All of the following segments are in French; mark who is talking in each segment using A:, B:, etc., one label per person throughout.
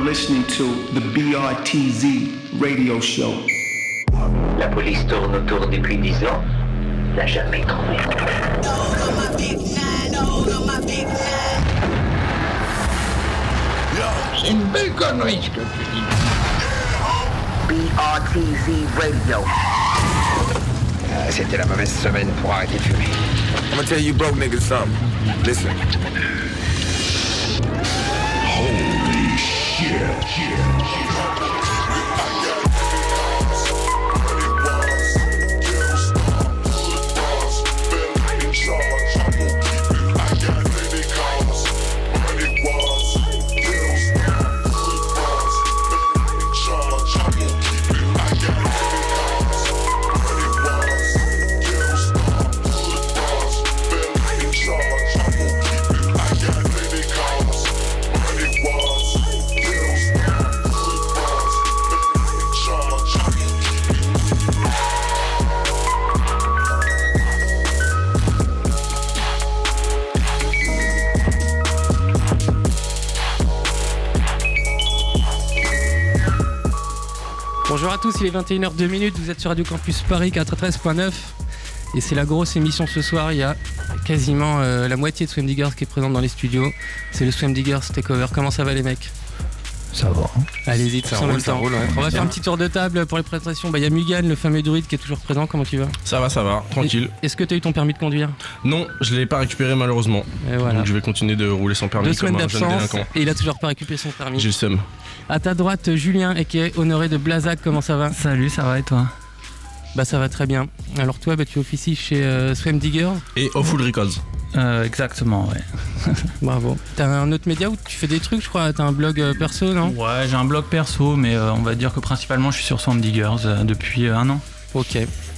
A: listening to the BRTZ radio show.
B: La police tourne autour depuis 10 ans, n'a jamais trouvé.
C: C'est une belle connerie ce que tu dis.
B: BRTZ Radio.
C: C'était la mauvaise semaine pour arrêter de fumer.
D: I'm gonna tell you broke niggas something. Listen.
E: Holy shit.
F: Bonjour à tous, il est 21h02, vous êtes sur Radio Campus Paris 93.9 et c'est la grosse émission ce soir. Il y a quasiment la moitié de Swim Diggers qui est présente dans les studios. C'est le Swim Diggers Takeover. Comment ça va les mecs?
G: Ça va.
F: Allez-y, tous en même temps.
D: Roule, ouais.
F: On va faire un petit tour de table pour les présentations. Il y a Mugan, le fameux druide qui est toujours présent. Comment tu vas?
H: Ça va, tranquille.
F: Est-ce que tu as eu ton permis de conduire?
H: Non, je l'ai pas récupéré malheureusement.
F: Et voilà.
H: Donc je vais continuer de rouler sans permis
F: 2 semaines
H: comme un jeune
F: d'absence
H: délinquant.
F: et il a toujours pas récupéré son permis.
H: J'ai le seum.
F: À ta droite, Julien, et qui est honoré de Blazac. Comment ça va?
G: Salut, ça va et toi?
F: Bah ça va très bien. Alors toi, tu officies chez Swim Diggers.
H: Et Off Full Records.
G: Exactement, ouais.
F: Bravo. T'as un autre média où tu fais des trucs, je crois. T'as un blog perso, non?
G: Ouais, j'ai un blog perso, mais on va dire que principalement je suis sur Swim Diggers depuis 1 an.
F: Ok.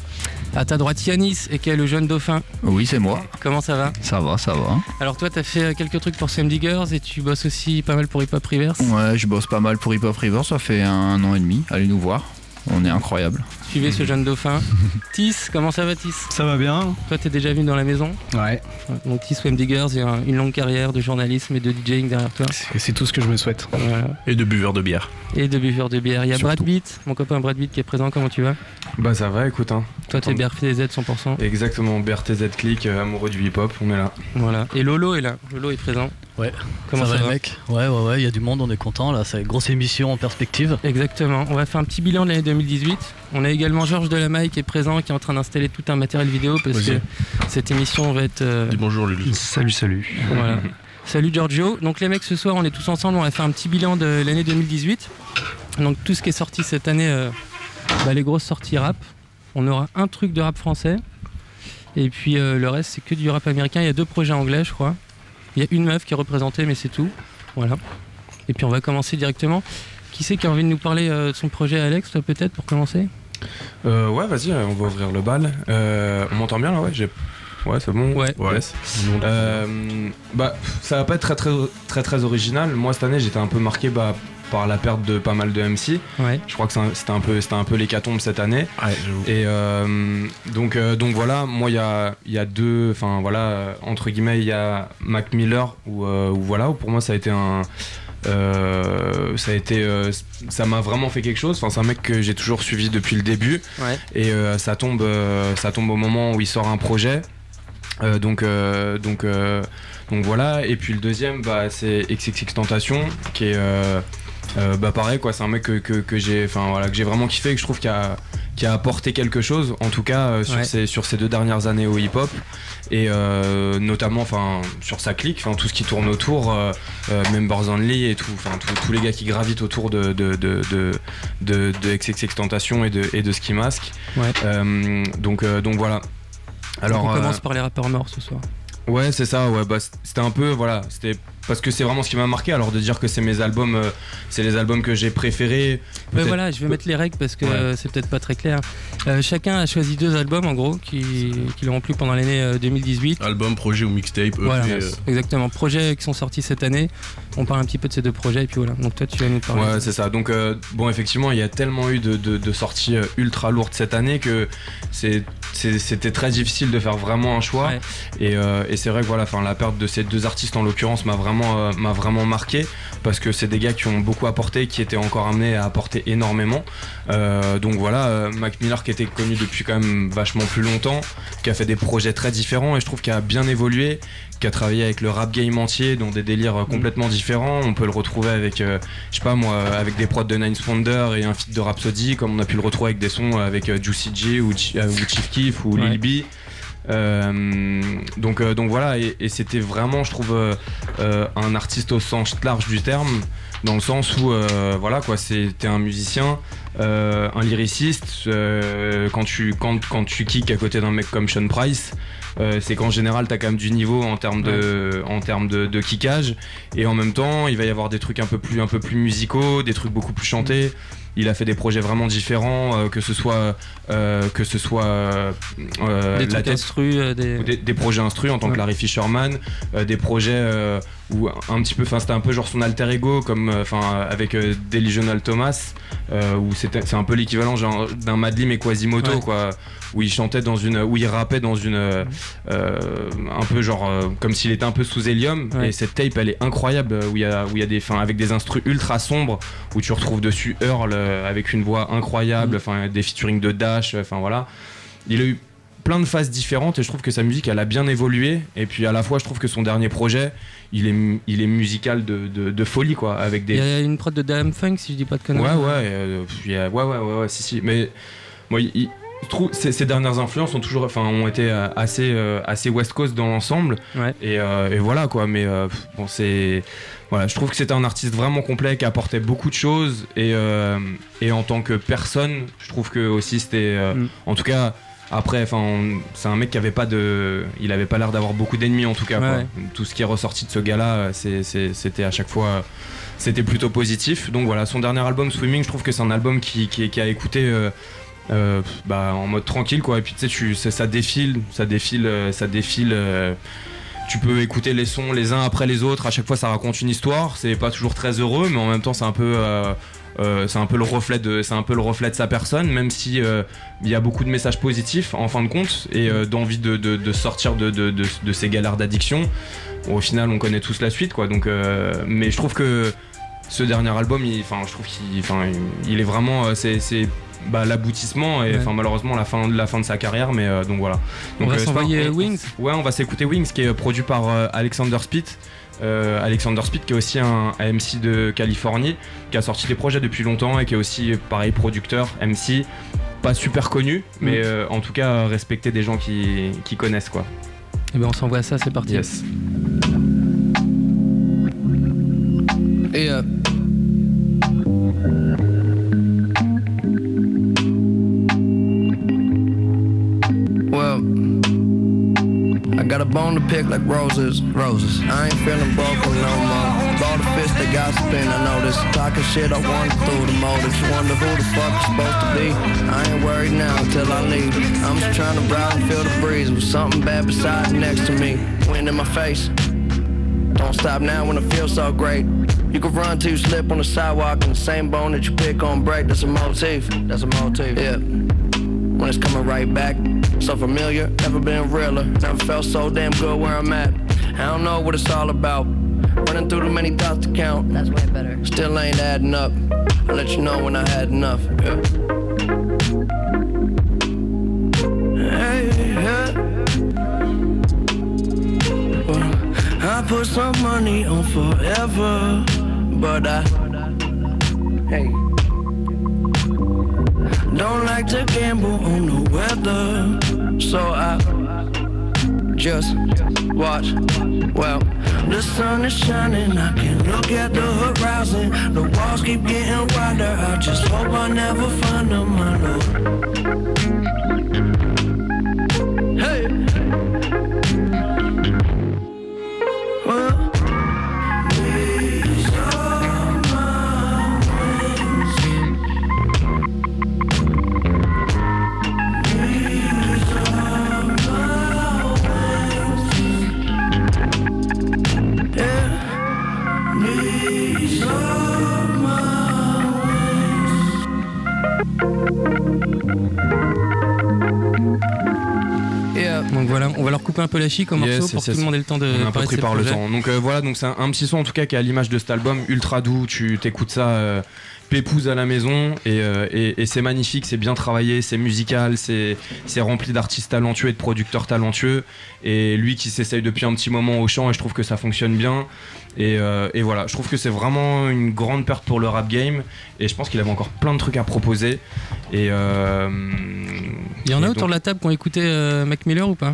F: À ta droite, Yanis, et qui est le jeune dauphin.
I: Oui, c'est moi.
F: Comment ça va?
I: Ça va.
F: Alors toi, t'as fait quelques trucs pour Swim Diggers et tu bosses aussi pas mal pour Hip Hop Reverse.
I: Ouais, je bosse pas mal pour Hip Hop Reverse, ça fait 1 an et demi. Allez nous voir, on est incroyable.
F: Suivez ce jeune dauphin. Tis, comment ça va Tis?
J: Ça va bien.
F: Toi, t'es déjà venu dans la maison?
J: Ouais.
F: Donc Tis Swim Diggers, il y a une longue carrière de journalisme et de DJing derrière toi.
J: C'est tout ce que je me souhaite.
F: Voilà.
H: Et de buveur de bière.
F: Et de buveur de bière. Il y a
I: Surtout.
F: Brad Beat, mon copain Brad Beat qui est présent. Comment tu vas?
J: Bah ça va, écoute.
F: Toi, t'es BRTZ 100%.
J: Exactement, BRTZ Click, amoureux du hip-hop, on est là.
F: Voilà. Et Lolo est là. Lolo est présent.
K: Ouais.
F: Comment ça va
K: mec? Ouais, il y a du monde, on est content là, c'est une grosse émission en perspective.
F: Exactement. On va faire un petit bilan de l'année 2018. On a également Georges Delamaille qui est présent, qui est en train d'installer tout un matériel vidéo parce que cette émission va être.
H: Dis bonjour Lulu.
J: Salut.
F: Voilà. Salut Giorgio. Donc les mecs, ce soir, on est tous ensemble. On va faire un petit bilan de l'année 2018. Donc tout ce qui est sorti cette année, les grosses sorties rap. On aura un truc de rap français. Et puis le reste, c'est que du rap américain. Il y a 2 projets anglais, je crois. Il y a une meuf qui est représentée, mais c'est tout. Voilà. Et puis on va commencer directement. Qui c'est qui a envie de nous parler de son projet, Alex, toi peut-être, pour commencer?
J: Ouais, vas-y, on va ouvrir le bal. On m'entend bien là, ouais. Ouais, c'est bon.
F: Ouais.
J: Yes. Ça va pas être très original. Moi cette année, j'étais un peu marqué par la perte de pas mal de MC.
F: Ouais.
J: Je crois que c'était un peu l'hécatombe cette année.
H: Ouais, j'avoue.
J: Et donc voilà, moi il y a 2, enfin voilà, entre guillemets, il y a Mac Miller où pour moi ça a été ça m'a vraiment fait quelque chose. Enfin, c'est un mec que j'ai toujours suivi depuis le début.
F: Ouais.
J: Et ça tombe au moment où il sort un projet. Donc voilà. Et puis le deuxième, c'est XXXTentacion qui est pareil quoi. C'est un mec que j'ai vraiment kiffé et que je trouve qui a apporté quelque chose, en tout cas sur ces 2 dernières années au hip-hop. Et notamment sur sa clique, tout ce qui tourne autour, Members Only et tout, tous les gars qui gravitent autour de XXXTentacion et de Ski Mask.
F: Ouais.
J: Donc voilà. Alors
F: on commence par les rappeurs morts ce soir.
J: Ouais, c'est ça, ouais, c'était un peu, c'était parce que c'est vraiment ce qui m'a marqué. Alors de dire que c'est mes albums, c'est les albums que j'ai préférés.
F: Mais voilà, je vais mettre les règles parce que c'est peut-être pas très clair. Chacun a choisi 2 albums en gros qui l'ont plu pendant l'année 2018.
H: Album, projet ou mixtape.
F: Voilà, exactement. Projets qui sont sortis cette année. On parle un petit peu de ces 2 projets et puis voilà. Donc toi tu vas nous parler.
J: Ouais, c'est ça. Donc effectivement, il y a tellement eu de sorties ultra lourdes cette année que c'était très difficile de faire vraiment un choix. Ouais. Et c'est vrai que la perte de ces 2 artistes en l'occurrence m'a vraiment vraiment marqué parce que c'est des gars qui ont beaucoup apporté, qui étaient encore amenés à apporter énormément. Donc voilà, Mac Miller qui était connu depuis quand même vachement plus longtemps, qui a fait des projets très différents et je trouve qu'il a bien évolué, qui a travaillé avec le rap game entier dans des délires complètement différents. On peut le retrouver avec, je sais pas moi, avec des prods de Nine Wonder et un feat de Rhapsody, comme on a pu le retrouver avec des sons avec Juicy J ou Chief Keef ou Lil B. Donc voilà, et c'était vraiment, je trouve, un artiste au sens large du terme, dans le sens où voilà quoi, c'était un musicien, un lyriciste. Quand tu kicks à côté d'un mec comme Sean Price, c'est qu'en général t'as quand même du niveau en termes de kickage, et en même temps il va y avoir des trucs un peu plus musicaux, des trucs beaucoup plus chantés. Il a fait des projets vraiment différents, que ce soit des
F: trucs instru,
J: des projets instru en tant que Larry Fisherman, des projets où un petit peu, enfin c'était un peu genre son alter ego, comme avec Delusional Thomas, où c'est un peu l'équivalent genre d'un Madlib et Quasimoto, quoi, où il chantait où il rappait dans une un peu genre comme s'il était un peu sous hélium, et cette tape elle est incroyable, où il y a des, avec des instrus ultra sombres, où tu retrouves dessus Earl avec une voix incroyable, des featuring de Dash, voilà. Il a eu plein de phases différentes et je trouve que sa musique elle a bien évolué, et puis à la fois je trouve que son dernier projet il est musical de folie, quoi, avec des... Il
F: y a une prod de Dam Funk, si je dis pas de conneries.
J: Ouais, si, mais moi je trouve ces dernières influences ont été assez West Coast dans l'ensemble, et voilà quoi, mais bon, c'est... Voilà, je trouve que c'était un artiste vraiment complet qui apportait beaucoup de choses, et en tant que personne, je trouve que aussi c'était, en tout cas, après, c'est un mec qui avait pas il avait pas l'air d'avoir beaucoup d'ennemis en tout cas. Quoi. Tout ce qui est ressorti de ce gars-là, c'était à chaque fois, c'était plutôt positif. Donc voilà, son dernier album Swimming, je trouve que c'est un album qui a écouté en mode tranquille, quoi. Et puis tu sais, ça défile. Tu peux écouter les sons les uns après les autres, à chaque fois ça raconte une histoire, c'est pas toujours très heureux, mais en même temps c'est un peu le reflet de sa personne, même si il y a beaucoup de messages positifs en fin de compte, et d'envie de sortir de ces galères d'addiction. Bon, au final on connaît tous la suite, quoi, donc mais je trouve que ce dernier album il est vraiment c'est l'aboutissement, et malheureusement la fin de sa carrière, mais donc voilà. Donc,
F: on va s'envoyer Wings.
J: Ouais, on va s'écouter Wings, qui est produit par Alexander Spitt. Alexander Spitt, qui est aussi un MC de Californie, qui a sorti des projets depuis longtemps et qui est aussi pareil producteur, MC, pas super connu, mais en tout cas respecté des gens qui connaissent, quoi.
F: Et ben on s'envoie ça, c'est parti.
J: Yes.
L: Et I got a bone to pick like roses. I ain't feeling broken no more. Ball the fist, they gossiping, I know this. Talking shit, I wander through the motives. Wonder who the fuck it's supposed to be. I ain't worried now until I leave. I'm just trying to ride and feel the breeze with something bad beside and next to me. Wind in my face. Don't stop now when I feel so great. You can run till you slip on the sidewalk, and the same bone that you pick on break. That's a motif. Yeah. When it's coming right back. So familiar, never been realer. Never felt so damn good where I'm at. I don't know what it's all about. Running through too many thoughts to count. That's way better. Still ain't adding up. I'll let you know when I had enough. Yeah. Hey, yeah. Well, I put some money on forever, but hey, don't like to gamble on the weather, so I just watch. Well, the sun is shining, I can look at the horizon. The walls keep getting wider, I just hope I never find them, my lord. Hey, well, these are my wings. These are my wings. Yeah, these are my wings.
F: couper un peu la chic au morceau pour que tout le monde ait le temps de
J: on est un peu pris par le temps. Donc voilà, donc c'est un petit son en tout cas qui est à l'image de cet album, ultra doux, tu t'écoutes ça pépouze à la maison et c'est magnifique, c'est bien travaillé, c'est musical, c'est rempli d'artistes talentueux et de producteurs talentueux, et lui qui s'essaye depuis un petit moment au chant, et je trouve que ça fonctionne bien, et voilà, je trouve que c'est vraiment une grande perte pour le rap game, et je pense qu'il avait encore plein de trucs à proposer, et
F: il y en a autour de la table qui ont écouté Mac Miller ou pas?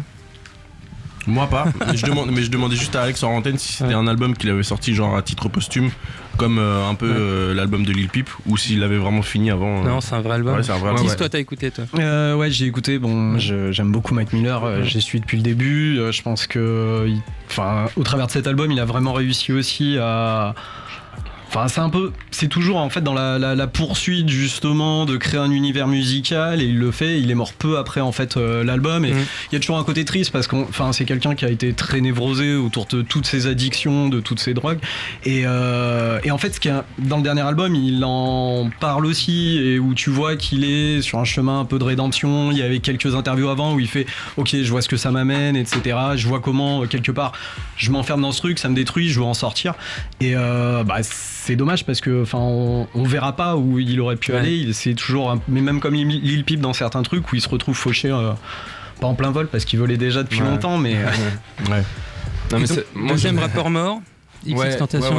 H: Moi pas, mais je demandais juste à Alex en antenne si c'était un album qu'il avait sorti genre à titre posthume, comme un peu l'album de Lil Peep, ou s'il avait vraiment fini avant.
F: Non, c'est un vrai album.
H: Ouais, c'est un vrai album.
F: Toi, t'as écouté toi?
M: Ouais, j'ai écouté. Bon, j'aime beaucoup Mac Miller. J'y suis depuis le début. Je pense que, au travers de cet album, il a vraiment réussi aussi à. Enfin, c'est toujours en fait dans la poursuite justement de créer un univers musical, et il le fait. Il est mort peu après en fait l'album, et il y a toujours un côté triste parce que c'est quelqu'un qui a été très névrosé autour de toutes ses addictions, de toutes ses drogues, et en fait dans le dernier album il en parle aussi, et où tu vois qu'il est sur un chemin un peu de rédemption. Il y avait quelques interviews avant où il fait ok, je vois ce que ça m'amène, etc. Je vois comment quelque part je m'enferme dans ce truc, ça me détruit, je veux en sortir, et c'est dommage parce que on verra pas où il aurait pu aller. C'est toujours mais même comme Lil Peep dans certains trucs où il se retrouve fauché pas en plein vol parce qu'il volait déjà depuis longtemps, mais
J: non, mais
F: deuxième rappeur mort. XXXTentacion.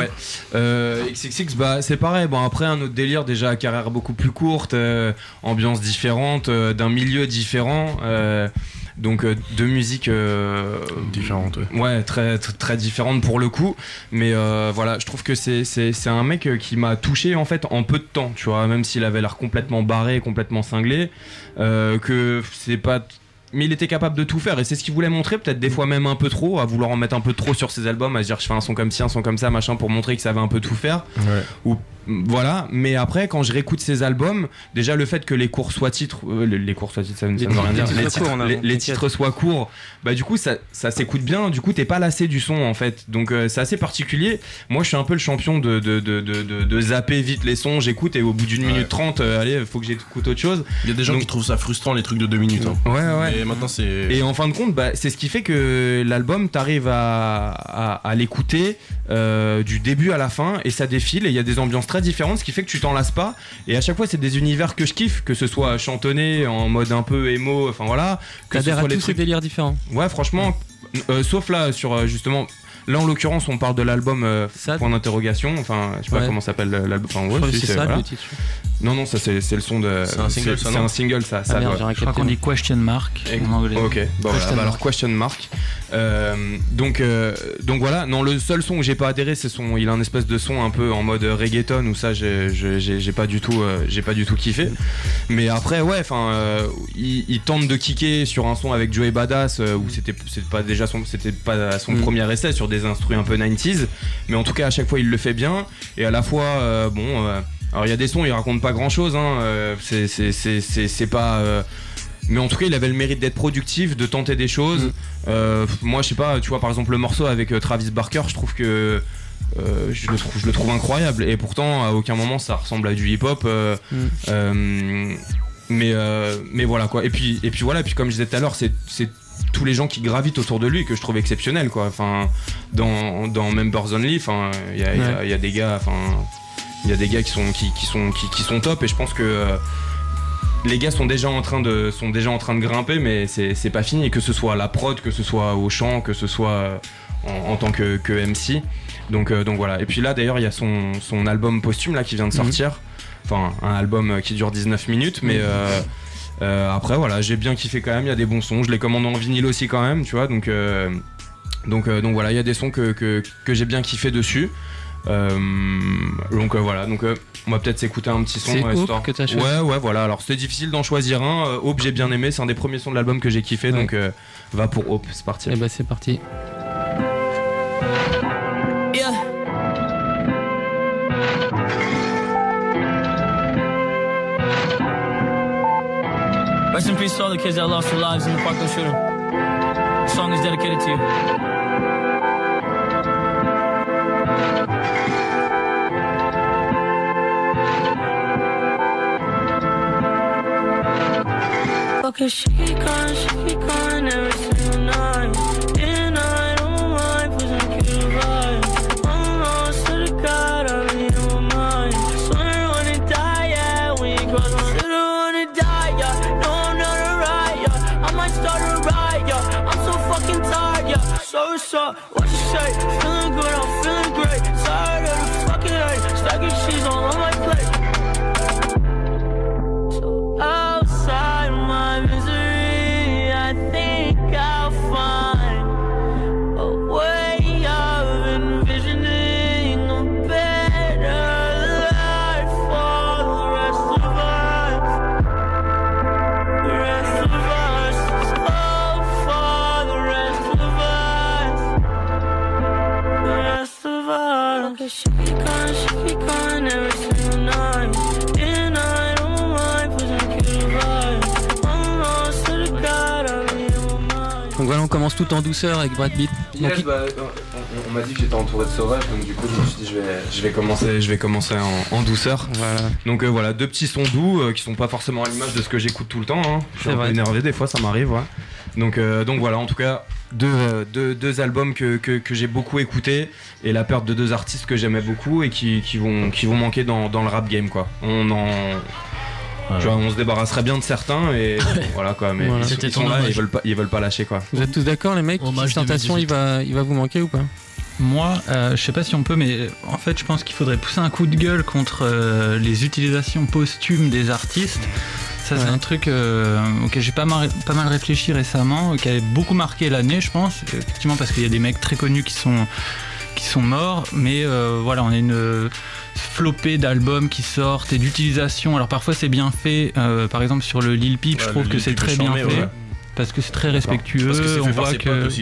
J: XXX, c'est pareil. Bon, après, un autre délire, déjà carrière beaucoup plus courte, ambiance différente, d'un milieu différent, donc deux musiques
H: différentes.
J: Ouais, très, très, très différentes pour le coup. Mais voilà, je trouve que c'est un mec qui m'a touché en fait en peu de temps, tu vois, même s'il avait l'air complètement barré, complètement cinglé, que c'est pas. Mais il était capable de tout faire, et c'est ce qu'il voulait montrer, peut-être des fois même un peu trop, à vouloir en mettre un peu trop sur ses albums, à se dire je fais un son comme ci, un son comme ça, machin, pour montrer qu'il savait un peu tout faire. Ou voilà, mais après quand je réécoute ses albums, déjà le fait que les cours soient titres, les cours soient titres, ça ne veut rien dire, les titres soient courts, bah du coup ça s'écoute bien, du coup t'es pas lassé du son en fait, donc c'est assez particulier. Moi je suis un peu le champion de zapper vite les sons, j'écoute et au bout d'une minute 30, allez, faut que j'écoute autre chose.
H: Il y a des gens qui trouvent ça frustrant les trucs de 2 minutes. Hein.
J: Ouais.
H: Et maintenant c'est.
J: Et en fin de compte, c'est ce qui fait que l'album, t'arrives à l'écouter du début à la fin, et ça défile, et il y a des ambiances très différentes, ce qui fait que tu t'en lasses pas, et à chaque fois c'est des univers que je kiffe, que ce soit chantonné en mode un peu émo, enfin voilà, que ce soit
F: tous ces délires différents.
J: Ouais, franchement, sauf là sur justement. Là en l'occurrence on parle de l'album point d'interrogation, enfin je sais pas comment s'appelle l'album, enfin
F: c'est ça le titre.
J: Non ça c'est le son de
H: c'est un single,
J: c'est un single ça.
G: Je crois qu'on dit question mark en anglais.
J: Ok, bon voilà, alors question mark. Donc voilà, non, le seul son où j'ai pas adhéré c'est il a un espèce de son un peu en mode reggaeton, où ça j'ai pas du tout kiffé. Mais après ouais, enfin il tente de kicker sur un son avec Joey Badass où c'était pas son premier essai sur des instrus un peu 90s, mais en tout cas à chaque fois il le fait bien, et à la fois alors il y a des sons, il raconte pas grand chose, c'est pas mais en tout cas il avait le mérite d'être productif, de tenter des choses. Moi je sais pas, tu vois par exemple le morceau avec Travis Barker, je trouve que je le trouve incroyable, et pourtant à aucun moment ça ressemble à du hip hop. Mais voilà quoi, et puis voilà, et puis comme je disais tout à l'heure, c'est tous les gens qui gravitent autour de lui que je trouve exceptionnel quoi. Enfin dans Members Only, enfin il y a des gars, enfin il y a des gars qui sont top, et je pense que les gars sont déjà en train de grimper, mais c'est pas fini, que ce soit à la prod, que ce soit au chant, que ce soit en tant que MC. Donc voilà. Et puis là d'ailleurs il y a son album posthume là qui vient de sortir. Enfin un album qui dure 19 minutes, mais après voilà, j'ai bien kiffé quand même, il y a des bons sons, je les commande en vinyle aussi quand même, tu vois, donc voilà, il y a des sons que j'ai bien kiffé dessus. Donc voilà, donc on va peut-être s'écouter un petit son.
F: C'est Hope que t'as choisi.
J: Ouais, voilà, alors c'était difficile d'en choisir un. Hope j'ai bien aimé, c'est un des premiers sons de l'album que j'ai kiffé, donc va pour Hope, c'est parti.
F: Et c'est parti.
N: Rest in peace to all the kids that lost their lives in the Parkland shooting. The song is dedicated to you. Okay, she keep calling every single night. And I don't mind pushing you to vibe. Almost to the God, I'll be in my mind. Swear I wanna die, yeah, when you cross my line. I wanna die, yeah, no I'm not a riot, yeah. I might start a riot, yeah, I'm so fucking tired, yeah. So, what you say? Feeling good, I'm feeling great. Tired of the fucking hate, stacking cheese all on my plate. So outside my misery, I think I'll find a way of envisioning a better life for the rest of us. The rest of us, oh, for the rest of us. The rest of us. Okay, she keep calling every single night. And I don't mind pushing you to vibe. Almost to the God, I'll be in my mind.
F: Donc voilà, on commence tout en douceur avec Brad Beat.
J: Yes, on m'a dit que j'étais entouré de sauvages, donc du coup je me suis dit je vais commencer en douceur.
F: Voilà.
J: Donc voilà, deux petits sons doux qui sont pas forcément à l'image de ce que j'écoute tout le temps. Hein. Je suis un peu énervé des fois, ça m'arrive. Ouais. Donc voilà, en tout cas deux albums que j'ai beaucoup écoutés et la perte de deux artistes que j'aimais beaucoup et qui vont manquer dans le rap game quoi. Tu vois, on se débarrasserait bien de certains et voilà quoi, mais
F: Voilà.
J: ils sont là et ils veulent pas lâcher quoi.
F: Vous êtes tous d'accord les mecs? Tentation, il va vous manquer ou pas?
G: Moi, je sais pas si on peut, mais en fait, je pense qu'il faudrait pousser un coup de gueule contre les utilisations posthumes des artistes. Ça, c'est un truc auquel j'ai pas mal réfléchi récemment, qui avait beaucoup marqué l'année, je pense, effectivement, parce qu'il y a des mecs très connus qui sont morts, mais voilà, on a une flopée d'albums qui sortent et d'utilisation. Alors parfois c'est bien fait, par exemple sur le Lil Peep, je trouve que c'est très bien fait, parce que c'est très respectueux. On voit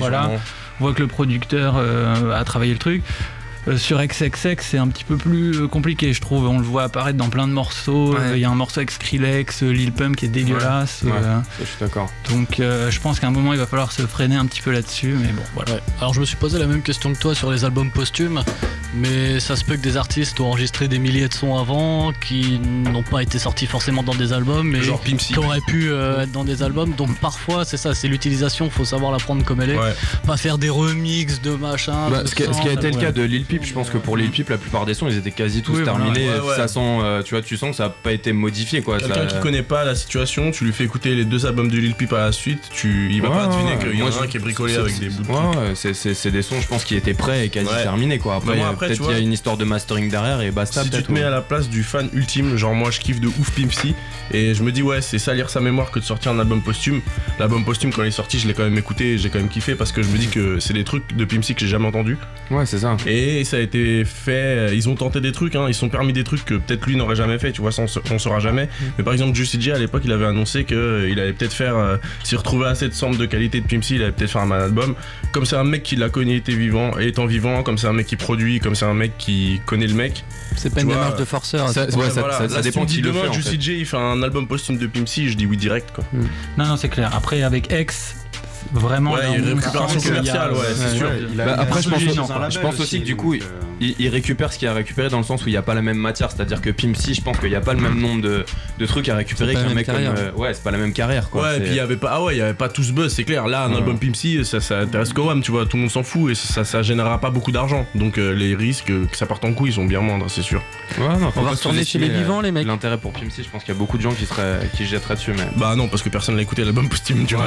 G: que le producteur a travaillé le truc. Sur XXX, c'est un petit peu plus compliqué, je trouve. On le voit apparaître dans plein de morceaux. Il y a un morceau avec Skrillex, Lil Pump qui est dégueulasse.
J: Je suis d'accord.
G: Donc, je pense qu'à un moment, il va falloir se freiner un petit peu là-dessus. Mais bon, voilà.
K: Alors, je me suis posé la même question que toi sur les albums posthumes. Mais ça se peut que des artistes ont enregistré des milliers de sons avant, qui n'ont pas été sortis forcément dans des albums, mais qui auraient pu être dans des albums. Donc, parfois, c'est ça, c'est l'utilisation. Faut savoir la prendre comme elle est. Pas faire des remixes de machin.
J: Ce qui a été le cas de Lil Peep, je pense que pour Lil Peep, la plupart des sons ils étaient quasi tous terminés. Ça sent, tu sens que ça n'a pas été modifié quoi.
H: Quelqu'un qui connaît pas la situation, tu lui fais écouter les deux albums de Lil Peep à la suite, il va pas deviner qu'il y en a un qui est bricolé avec des bouts de trucs.
J: C'est des sons, je pense, qui étaient prêts et quasi terminés quoi. Après, peut-être qu'il y a une histoire de mastering derrière et basta.
H: Si tu te mets à la place du fan ultime, genre moi je kiffe de ouf Pimp C et je me dis c'est salir sa mémoire que de sortir un album posthume. L'album posthume quand il est sorti, je l'ai quand même écouté et j'ai quand même kiffé parce que je me dis que c'est des trucs de Pimp C que j'ai jamais entendu.
J: Ouais, c'est ça.
H: Et ça a été fait, ils ont tenté des trucs, ils se sont permis des trucs que peut-être lui n'aurait jamais fait, tu vois, ça on saura jamais. Mais par exemple, Juicy J à l'époque, il avait annoncé qu'il allait peut-être faire, s'il retrouvait assez de samples de qualité de Pimp C, il allait peut-être faire un album. Comme c'est un mec qui l'a connu étant vivant, comme c'est un mec qui produit, comme c'est un mec qui connaît le mec.
F: C'est pas une démarche de forceur.
J: Ça dépend qui le fait.
H: Demain, Juicy J il fait un album posthume de Pimp C, je dis oui direct quoi.
G: Non, c'est clair. Après, avec X. Vraiment,
H: il y a une récupération commerciale,
J: c'est sûr. Après, je pense aussi que du coup, il récupère ce qu'il a récupéré dans le sens où il n'y a pas la même matière. C'est-à-dire que Pimp C, je pense qu'il n'y a pas le même nombre de trucs à récupérer qu'un mec comme. C'est pas la même carrière quoi.
H: Et puis il y avait pas tout ce buzz, c'est clair. Là, un album Pimp C, ça intéresse qu'au WAM, tu vois, tout le monde s'en fout et ça générera pas beaucoup d'argent. Donc les risques que ça parte en couille sont bien moindres, c'est sûr.
F: On va retourner chez les vivants, les mecs.
J: L'intérêt pour Pimp C, je pense qu'il y a beaucoup de gens qui jetteraient dessus. Mais...
H: Bah non, parce que personne n'a écouté l'album posthume, tu vois.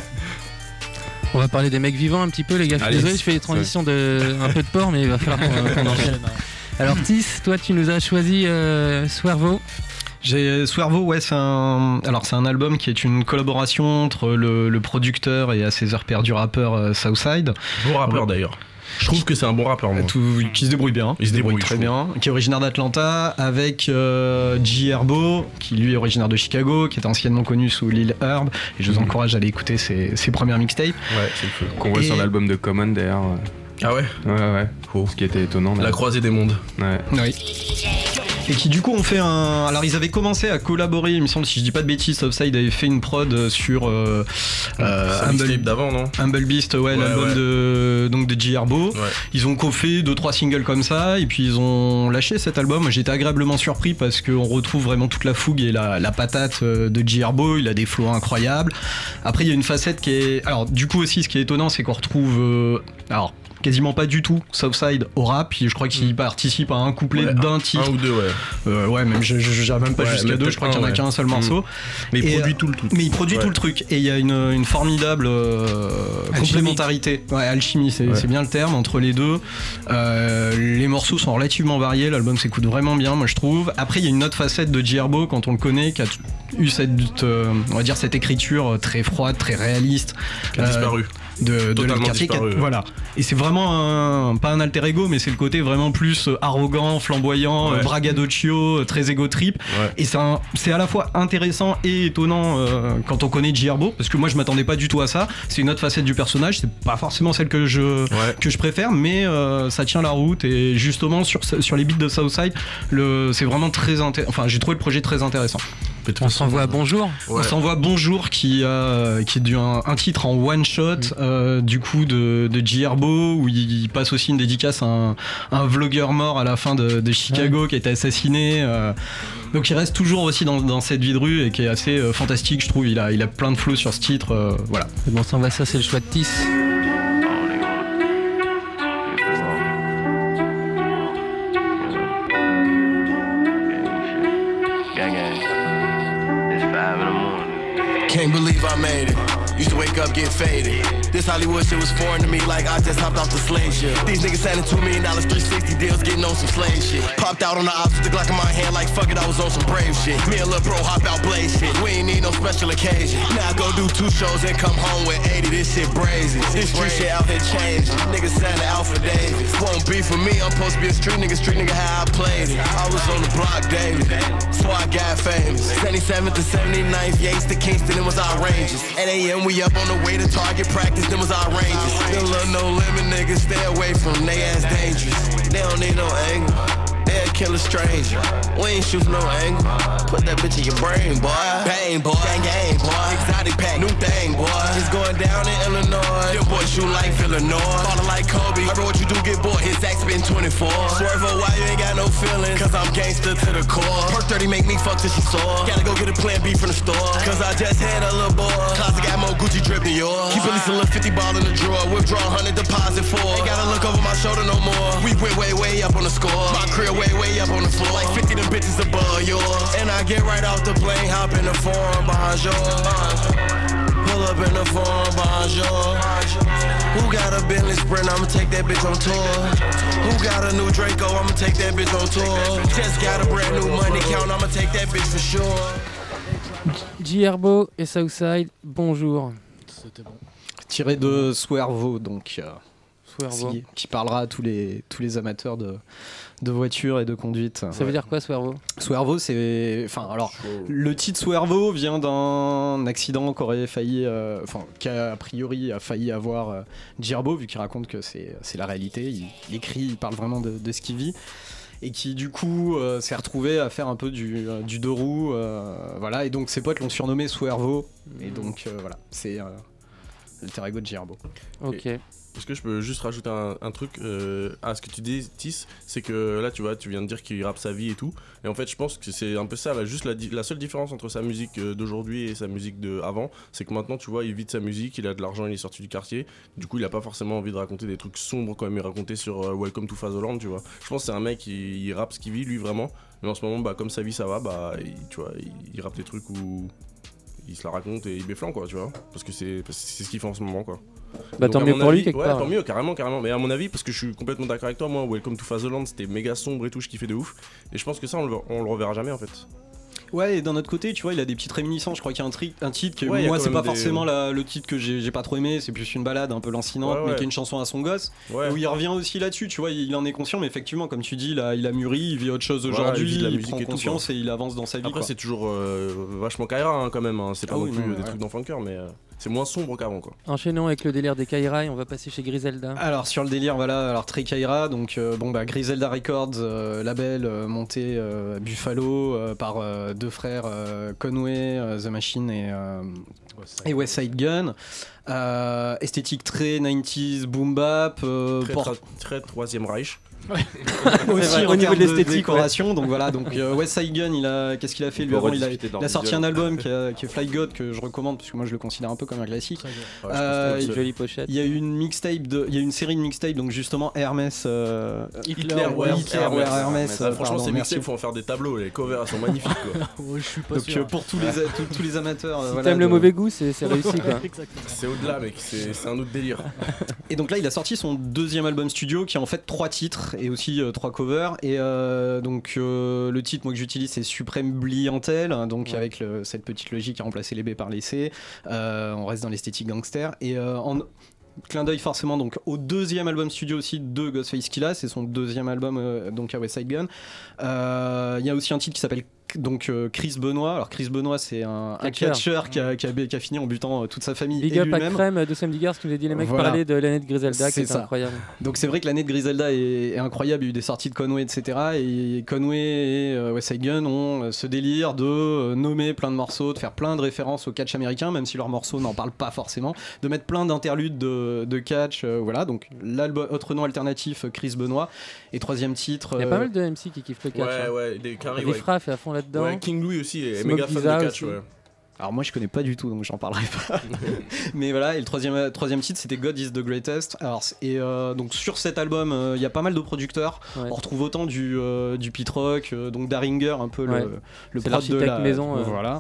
F: On va parler des mecs vivants un petit peu, les gars. Je suis désolé, je fais des transitions un peu de porc, mais il va falloir qu'on enchaîne. Alors, Tis, toi, tu nous as choisi Swervo.
M: Swervo, c'est un album qui est une collaboration entre le producteur et à ses heures perdues rappeur Southside.
H: Bon rappeur d'ailleurs. Je trouve que c'est un bon rappeur, moi.
M: Qui se débrouille bien.
H: Il se débrouille
M: très bien. Qui est originaire d'Atlanta, avec G Herbo, qui lui est originaire de Chicago, qui est anciennement connu sous Lil Herb. Et je vous encourage à aller écouter ses premières mixtapes.
H: Ouais, c'est le feu.
J: Qu'on voit sur l'album de Common d'ailleurs.
H: Ah ouais.
J: Ouais. Ce qui était étonnant.
H: La croisée des mondes.
J: Ouais.
M: Oui. Et qui du coup ont fait un... Alors ils avaient commencé à collaborer, il me semble, si je dis pas de bêtises, Southside avait fait une prod sur
H: d'avant, non
M: Humble Beast, l'album de J Herbo. Ils ont fait 2-3 singles comme ça, et puis ils ont lâché cet album. Moi, j'étais agréablement surpris parce qu'on retrouve vraiment toute la fougue et la patate de J Herbo. Il a des flows incroyables. Après, il y a une facette qui est... Alors du coup aussi, ce qui est étonnant, c'est qu'on retrouve... quasiment pas du tout Southside au rap, je crois qu'il participe à un couplet d'un titre.
H: Un ou deux,
M: même j'irai même pas jusqu'à deux, je crois qu'il y en a qu'un seul morceau.
H: Mais il produit tout le truc.
M: Mais il produit tout le truc, et il y a une formidable complémentarité. Alchimie, c'est bien le terme, entre les deux. Les morceaux sont relativement variés, l'album s'écoute vraiment bien, moi je trouve. Après, il y a une autre facette de J Herbo quand on le connaît, qui a eu on va dire cette écriture très froide, très réaliste.
H: Qui a disparu.
M: De
H: Totalement
M: quartier,
H: disparu.
M: Voilà. Et c'est vraiment pas un alter ego, mais c'est le côté vraiment plus arrogant, flamboyant, braggadocio, très égo trip. Et c'est à la fois intéressant et étonnant quand on connaît J Herbo, parce que moi je m'attendais pas du tout à ça. C'est une autre facette du personnage, c'est pas forcément celle que je préfère, mais ça tient la route. Et justement sur les beats de Southside, c'est vraiment très intéressant. Enfin, j'ai trouvé le projet très intéressant.
F: On s'envoie Bonjour.
M: On s'envoie Bonjour qui est un titre en one shot du coup de J Herbo, où il passe aussi une dédicace à un vlogueur mort à la fin de Chicago qui a été assassiné. Donc il reste toujours aussi dans cette vie de rue et qui est assez fantastique, je trouve. Il a plein de flow sur ce titre. Voilà.
F: Bon, ça va, ça c'est le choix de Tis.
O: Can't believe I made it. Used to wake up, get faded. This Hollywood shit was foreign to me, like I just hopped off the slave ship. These niggas signing $2 million 360 deals, getting on some slave shit. Popped out on the ops with the Glock in my hand, like fuck it, I was on some brave shit. Me and Lil Bro hop out blaze shit. We ain't need no special occasion. Now I go do 2 shows and come home with 80. This shit brazen. This street shit out here changing. Niggas signing Alpha Davis. Won't be for me, I'm supposed to be a street nigga how I played it. I was on the block, David. So I got famous. 77th to 79th, Yates to Kingston, it was outrageous. 8 a.m. we up on the way to target practice, them was our ranges. Them little no limit niggas, stay away from them, they ass dangerous. They don't need no anger, they'll kill a stranger. We ain't shoot no angle, put that bitch in your brain, boy. Bang, boy, gang, gang, boy. Exotic pack, new thing, boy. It's going down in Illinois, them boys shoot like Illinois. Ballin' like Kobe, ever what you do get bored, his act spin 24. Swerve a while, you ain't got no feelings, cause I'm gangster to the core. Perk 30 make me fuck till she sore. Gotta go get a plan B from the store, cause I just had a little boy. Closet got more Gucci drip than yours. Keep at least a little 50 ball in the drawer, withdraw 100 deposit for. Ain't gotta look over my shoulder no more. We went way up on the score. My career way up on the floor. Like 50 them bitches above yours. And I get right off the plane, hop in the foreign behind yours. Pull up in the foreign behind yours. Who got a Bentley Sprint? I'ma take that bitch on tour. Who got a new Draco? I'ma take that bitch on tour. Just got a brand new money count. I'ma take that bitch for sure.
F: J Herbo et Southside, Bonjour.
K: C'était bon.
M: Tiré de Swervo, donc
F: Swervo.
M: Qui parlera à tous les amateurs de voitures et de conduite.
F: Ça veut dire quoi, Swervo?
M: Swervo, c'est... Enfin, alors, le titre Swervo vient d'un accident qu'aurait failli... qui a priori a failli avoir J Herbo, vu qu'il raconte que c'est la réalité. Il écrit, il parle vraiment de ce qu'il vit. Et qui du coup s'est retrouvé à faire un peu du deux roues, voilà, et donc ses potes l'ont surnommé Swervo, et donc voilà, c'est l'alter ego de J Herbo.
F: Ok.
H: Est-ce que je peux juste rajouter un truc à ce que tu dis, Tis, c'est que là tu vois, tu viens de dire qu'il rappe sa vie et tout, et en fait je pense que c'est un peu ça, là, juste la seule différence entre sa musique d'aujourd'hui et sa musique d'avant, c'est que maintenant tu vois, il vit de sa musique, il a de l'argent, il est sorti du quartier, du coup il a pas forcément envie de raconter des trucs sombres comme il racontait sur Welcome to Fatherland, tu vois. Je pense que c'est un mec qui rappe ce qu'il vit lui vraiment, mais en ce moment comme sa vie ça va, tu vois, il rappe des trucs où il se la raconte et il béflant quoi, tu vois, parce que c'est ce qu'il fait en ce moment quoi.
F: Bah tant mieux pour lui quelque part.
H: Tant mieux, carrément. Mais à mon avis, parce que je suis complètement d'accord avec toi, moi, Welcome to Fatherland, c'était méga sombre et tout, je kiffais de ouf. Et je pense que ça, on le reverra jamais en fait.
M: Ouais, et d'un autre côté, tu vois, il a des petites réminiscences. Je crois qu'il y a un titre que moi, c'est pas forcément le titre que j'ai pas trop aimé, c'est plus une balade un peu lancinante, mais qui est une chanson à son gosse. Où il revient aussi là-dessus, tu vois, il en est conscient, mais effectivement, comme tu dis, il a mûri, il vit autre chose aujourd'hui, il prend conscience et il avance dans sa vie.
H: Après, c'est toujours vachement Kaira quand même, c'est pas non plus des trucs d'enfant de cœur, mais. c'est moins sombre qu'avant quoi.
F: Enchaînons avec le délire des Kaira et on va passer chez Griselda.
M: Alors sur le délire, voilà, alors très Kaira, donc Griselda Records, label monté à Buffalo par deux frères Conway, The Machine et West Side Gun. Esthétique très 90s boom bap,
H: très Troisième Reich.
M: Aussi au niveau de l'esthétique, décoration. Donc voilà, donc West Side Gun, qu'est-ce qu'il a fait lui avant? Il a sorti un album qui est Fly God que je recommande parce que moi je le considère un peu comme un classique.
F: Une jolie pochette.
M: Il y a eu une série de mixtapes, donc justement Hermès,
H: Hitler,
M: Hermès.
H: Franchement, ces mixtapes, faut en faire des tableaux. Les covers sont magnifiques quoi.
K: Je suis pas
M: sûr. Donc pour tous les amateurs,
F: si t'aimes le mauvais goût, c'est réussi quoi.
H: C'est au-delà, mec. C'est un autre délire.
M: Et donc là, il a sorti son deuxième album studio qui est en fait 3 titres et aussi 3 covers. Et donc le titre moi que j'utilise c'est Supreme Bliantel, donc avec cette petite logique à remplacer les B par les C. On reste dans l'esthétique gangster et en clin d'œil forcément donc au deuxième album studio aussi de Ghostface Killah, c'est son deuxième album donc à West Side Gun. Il y a aussi un titre qui s'appelle Chris Benoit. Alors Chris Benoit c'est un catcheur qui a fini en butant toute sa famille
F: Big
M: et
F: up
M: lui-même.
F: à Crème de Sam Diggers qui nous a dit les mecs parlaient de l'année de Griselda qui est incroyable.
M: Donc c'est vrai que l'année de Griselda est incroyable, il y a eu des sorties de Conway etc. Et Conway et West Side Gun ont ce délire de nommer plein de morceaux, de faire plein de références au catch américain même si leurs morceaux n'en parlent pas forcément, de mettre plein d'interludes de catch, voilà. Donc l'album, autre nom alternatif, Chris Benoit. Et troisième titre,
F: il y a pas mal de MC qui kiffent le catch. Riff Raff est à fond là-dedans.
H: Ouais, King Louis aussi est méga fan de catch. Ouais.
M: Alors moi je connais pas du tout donc j'en parlerai pas. Mais voilà, et le troisième titre c'était God is the Greatest. Alors, donc sur cet album il y a pas mal de producteurs. On retrouve autant du Pete Rock, donc Daringer un peu le prod de la
F: maison.
M: Voilà.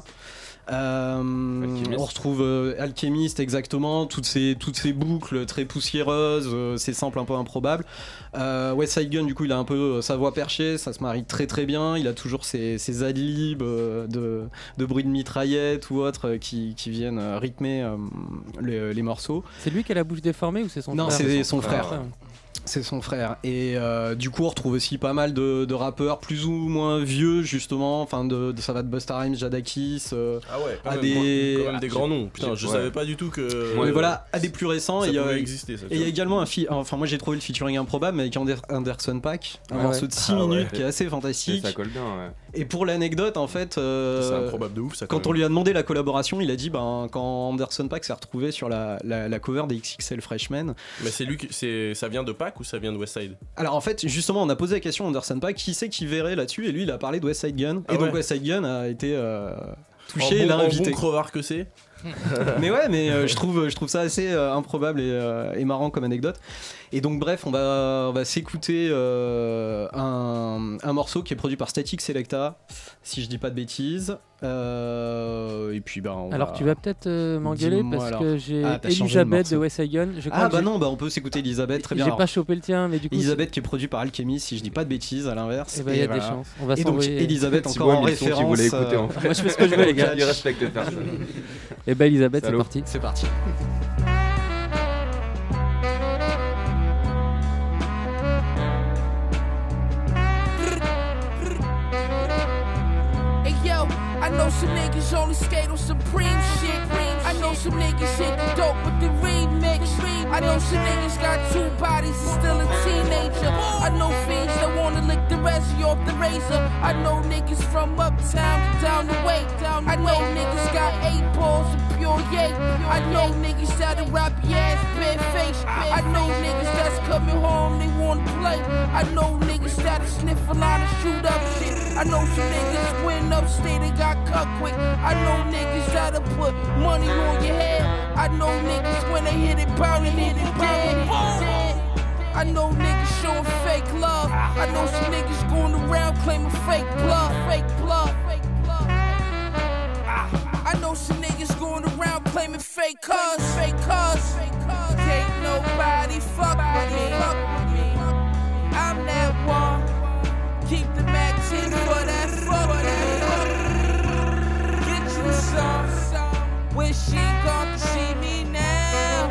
M: On retrouve Alchemist exactement, toutes ces boucles très poussiéreuses, c'est simple un peu improbable. West Side Gun du coup il a un peu sa voix perchée, ça se marie très très bien, il a toujours ses adlibs de bruit de mitraillette ou autre qui viennent rythmer les morceaux.
F: C'est lui qui a la bouche déformée ou c'est son frère?
M: Non, c'est son frère. C'est son frère. Et du coup on retrouve aussi pas mal de rappeurs plus ou moins vieux justement, enfin ça va de Busta Rhymes, Jadakiss
H: quand même des grands noms. Putain, je savais pas du tout que
M: mais voilà, à des plus récents
H: ça
M: il y a
H: exister, ça,
M: et il y a également enfin moi j'ai trouvé le featuring improbable avec Anderson .Paak, un morceau de 6 minutes qui est assez fantastique.
J: Et ça colle bien,
M: Et pour l'anecdote en fait
H: c'est improbable de ouf ça.
M: Quand on lui a demandé la collaboration, il a dit quand Anderson .Paak s'est retrouvé sur la cover des XXL Freshman.
H: Mais c'est lui ça vient de Paak ou ça vient de Westside?
M: Alors en fait justement on a posé la question à Anderson .Paak qui c'est qui verrait là-dessus et lui il a parlé de West Side Gun donc West Side Gun a été touché, il l'a invité.
H: En bon crevard que c'est.
M: Mais ouais, mais je trouve ça assez improbable et marrant comme anecdote. Et donc bref, on va s'écouter un morceau qui est produit par Static Selecta, si je dis pas de bêtises. Et puis
F: alors tu vas peut-être m'engueuler parce que j'ai Elisabeth de West Side Gun.
M: On peut s'écouter Elisabeth, très bien.
F: J'ai pas chopé le tien, mais du coup
M: Elisabeth qui est produit par Alchemy, si je dis pas de bêtises, à l'inverse.
F: Et il y a des chances. On va
M: et donc Elisabeth encore en référence.
J: Moi
F: je fais ce que je veux les gars.
J: Je respecte personne.
F: Et bah Elisabeth, c'est parti.
M: C'est parti.
P: I know some niggas only skate on Supreme shit. I know some niggas hit the dope with the remix. I know some niggas got 2 bodies and still a teenager. I know fiends that wanna lick the residue off the razor. I know niggas from uptown to down the way. I know niggas got 8 balls of pure yay. I know niggas that'll rap your ass bare face. I know niggas that's coming home, they wanna play. I know niggas that'll sniff a lot of shoot up shit. I know some niggas went upstate and got cut quick. I know niggas that'll put money on your head. I know niggas when they hit it, bound and hit it dead. I know niggas showing fake love. I know some niggas going around claiming fake blood. I know some niggas going around claiming fake cuz. Can't nobody fuck with me. I'm that one. Keep the max in for that fuck. Get you some. When she come to see me now.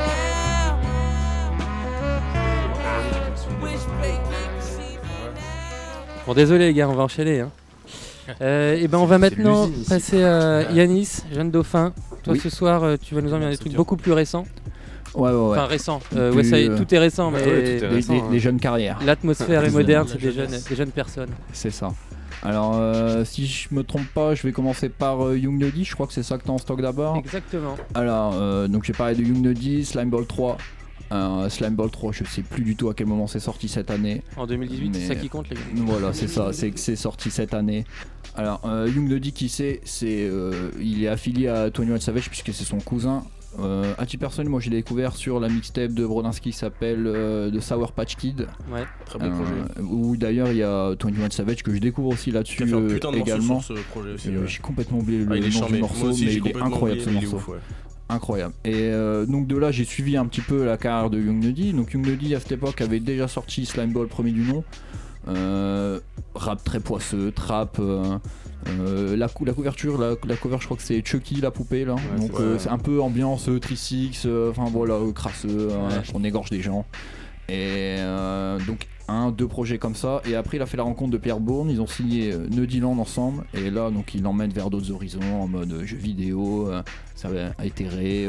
P: Wish baby could see me now.
F: Bon désolé les gars, on va enchaîner hein. Et ben on va maintenant passer à Yanis, jeune dauphin. Toi
Q: Oui.
F: ce soir, tu vas nous emmener des trucs beaucoup plus récents.
Q: Ouais.
F: Enfin récents. Ouais, ça y est, tout est récent, mais
Q: les jeunes carrières.
F: L'atmosphère est moderne, c'est des jeunes personnes.
Q: C'est ça. Alors, si je me trompe pas, je vais commencer par Young Nuddy, je crois que c'est ça que t'as en stock d'abord.
F: Exactement.
Q: Alors, donc j'ai parlé de Young Nuddy, Slime Ball 3. Slime Ball 3, je sais plus du tout à quel moment c'est sorti cette année.
F: En 2018, c'est ça qui compte, les gars.
Q: Voilà, c'est ça, c'est que c'est sorti cette année. Alors, Young Nuddy, qui c'est il est affilié à 21 Savage puisque c'est son cousin. À titre personnel, moi j'ai découvert sur la mixtape de Brodinski qui s'appelle The Sour Patch Kid.
F: Ouais,
H: très bon projet.
Q: Où d'ailleurs il y a 21 Savage que je découvre aussi là-dessus également.
H: Sur ce projet aussi,
Q: j'ai complètement oublié le nom
H: charmé.
Q: du morceau, mais il est incroyable ce morceau. Incroyable. Et donc de là j'ai suivi un petit peu la carrière de Young Nuddy. Donc Young Nuddy à cette époque avait déjà sorti Slime Ball premier du nom. Rap très poisseux, trap. La couverture, la cover, je crois que c'est Chucky la poupée là.
H: Ouais,
Q: donc c'est un peu ambiance 36, enfin voilà, crasseux, on égorge des gens. Et donc 2 projets comme ça. Et après il a fait la rencontre de Pierre Bourne, ils ont signé Nuddyland ensemble. Et là donc il l'emmène vers d'autres horizons en mode jeux vidéo, ça va itérer,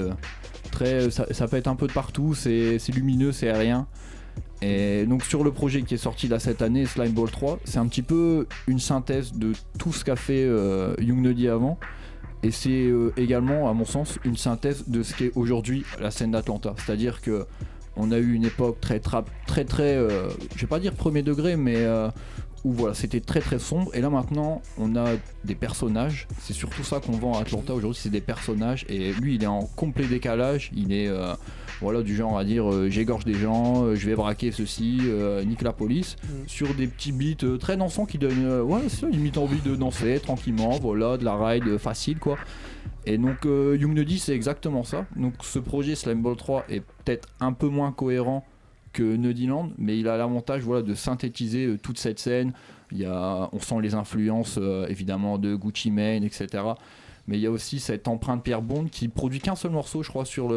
Q: ça peut être un peu de partout, c'est lumineux, c'est aérien. Et donc sur le projet qui est sorti là cette année, Slime Ball 3, c'est un petit peu une synthèse de tout ce qu'a fait Young Nuddy avant. Et c'est également, à mon sens, une synthèse de ce qu'est aujourd'hui la scène d'Atlanta. C'est-à-dire que on a eu une époque très trap, très je vais pas dire premier degré, mais où voilà, c'était très très sombre. Et là maintenant, on a des personnages. C'est surtout ça qu'on vend à Atlanta aujourd'hui, c'est des personnages. Et lui, il est en complet décalage. Il est voilà, du genre à dire j'égorge des gens, je vais braquer ceci, nique la police, sur des petits beats très dansants qui donnent c'est ça, limite envie de danser tranquillement, voilà, de la ride facile quoi. Et donc Young Nuddy c'est exactement ça. Donc ce projet Slime Ball 3 est peut-être un peu moins cohérent que Nuddyland, mais il a l'avantage voilà, de synthétiser toute cette scène. On sent les influences évidemment de Gucci Mane, etc. Mais il y a aussi cette empreinte Pierre Bourne qui produit qu'un seul morceau je crois sur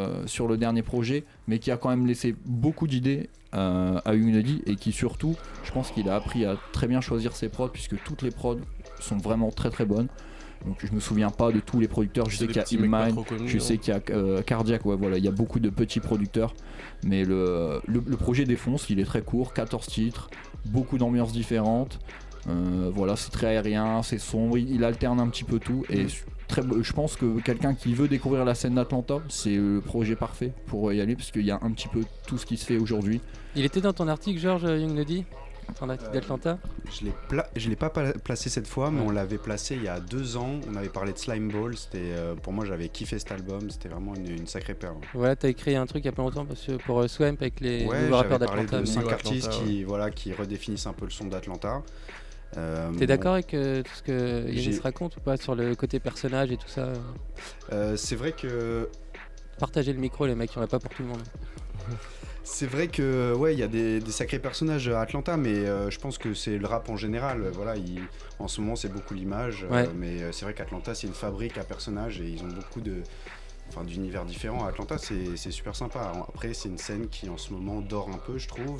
Q: le dernier projet, mais qui a quand même laissé beaucoup d'idées à Young Nuddy, et qui surtout je pense qu'il a appris à très bien choisir ses prods, puisque toutes les prods sont vraiment très très bonnes. Donc je me souviens pas de tous les producteurs, je sais qu'il y a Illmind, je sais qu'il y a Cardiac, ouais, voilà, il y a beaucoup de petits producteurs, mais le projet défonce, il est très court, 14 titres, beaucoup d'ambiances différentes. Voilà, c'est très aérien, c'est sombre, il alterne un petit peu tout, et je pense que quelqu'un qui veut découvrir la scène d'Atlanta, c'est le projet parfait pour y aller, parce qu'il y a un petit peu tout ce qui se fait aujourd'hui.
F: Il était dans ton article, Georges, Young Nuddy, ton article d'Atlanta?
R: Je l'ai pas placé cette fois, mais on l'avait placé il y a 2 ans. On avait parlé de Slime Ball, c'était pour moi j'avais kiffé cet album, c'était vraiment une sacrée perle.
F: Voilà, t'as écrit un truc il y a pas longtemps pour Swamp avec les nouveaux rappeurs d'Atlanta.
R: Ouais, j'avais parlé de 5 artistes qui redéfinissent un peu le son d'Atlanta.
F: T'es d'accord avec tout ce que Yanis raconte ou pas sur le côté personnage et tout ça?
R: C'est vrai que...
F: Partagez le micro les mecs, il n'y en a pas pour tout le monde.
R: C'est vrai que il y a des sacrés personnages à Atlanta, mais je pense que c'est le rap en général. Voilà, en ce moment c'est beaucoup l'image, mais c'est vrai qu'Atlanta c'est une fabrique à personnages et ils ont beaucoup d'univers différents. À Atlanta c'est super sympa. Après c'est une scène qui en ce moment dort un peu je trouve,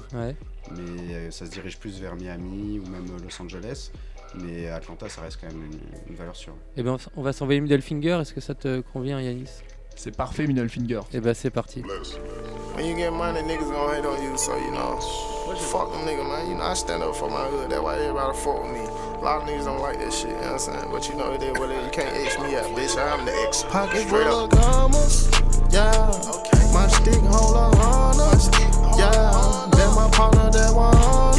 R: mais ça se dirige plus vers Miami ou même Los Angeles. Mais Atlanta ça reste quand même une valeur sûre.
F: Et ben on va s'envoyer Middle Finger, est-ce que ça te convient Yanis?
Q: C'est parfait Middle Finger.
F: Et ben c'est parti.
S: When you get money, niggas gon' hate on you, so you know. Fuck them niggas, man. You know, I stand up for my hood, that's why everybody fuck with me. A lot of niggas don't like that shit, you know what I'm saying? But you know it is what it is, you can't H me out, bitch, I'm the X. Pocket full of commas, yeah. My stick hold on, yeah. That my partner, that one,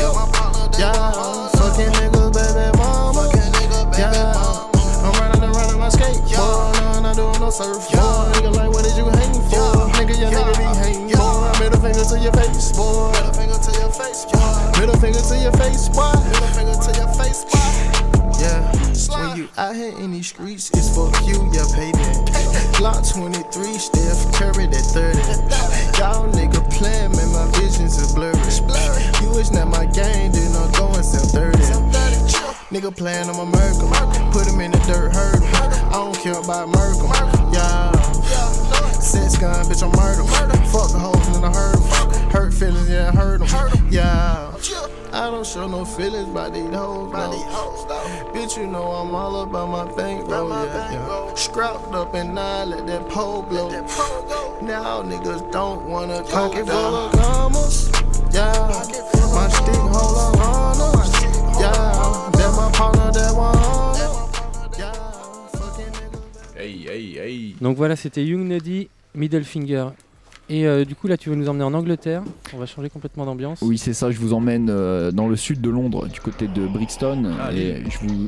S: yeah. Fucking niggas, baby mama, yeah. I'm running my skateboard, I'm not doing no surfboard. Nigga like, what is you hating for? Nigga, your nigga be hating for. Middle finger to your face, boy. Middle finger to your face, boy. Middle finger to your face, boy. Middle finger to your face, boy. Yeah, when you out here in these streets, it's fuck you, yeah, payback. Glock 23, Steph Curry, that 30. Y'all nigga playing, man, my visions are blurry. You is not my game, then I'm going some 30. Nigga playing, I'ma murk him. Put him in the dirt, hurt him. I don't care about murk him. Yeah. Sex gun, bitch, I'm murder. Fuck the hoes and I hurt him. Hurt feelings, yeah, I hurt him. Yeah. I don't show no feelings by these hoes, no. Bitch, you know I'm all about my bankroll, yeah. Scrapped up and I let that pole blow. Now niggas don't wanna go pocket full of commas, yeah. My stick hold on honors, yeah. That my partner, that one yeah.
H: Hey, hey, hey.
F: Donc voilà, c'était Young Nuddy, Middle Finger. Et du coup là tu veux nous emmener en Angleterre, on va changer complètement d'ambiance.
Q: Oui c'est ça, je vous emmène dans le sud de Londres, du côté de Brixton, et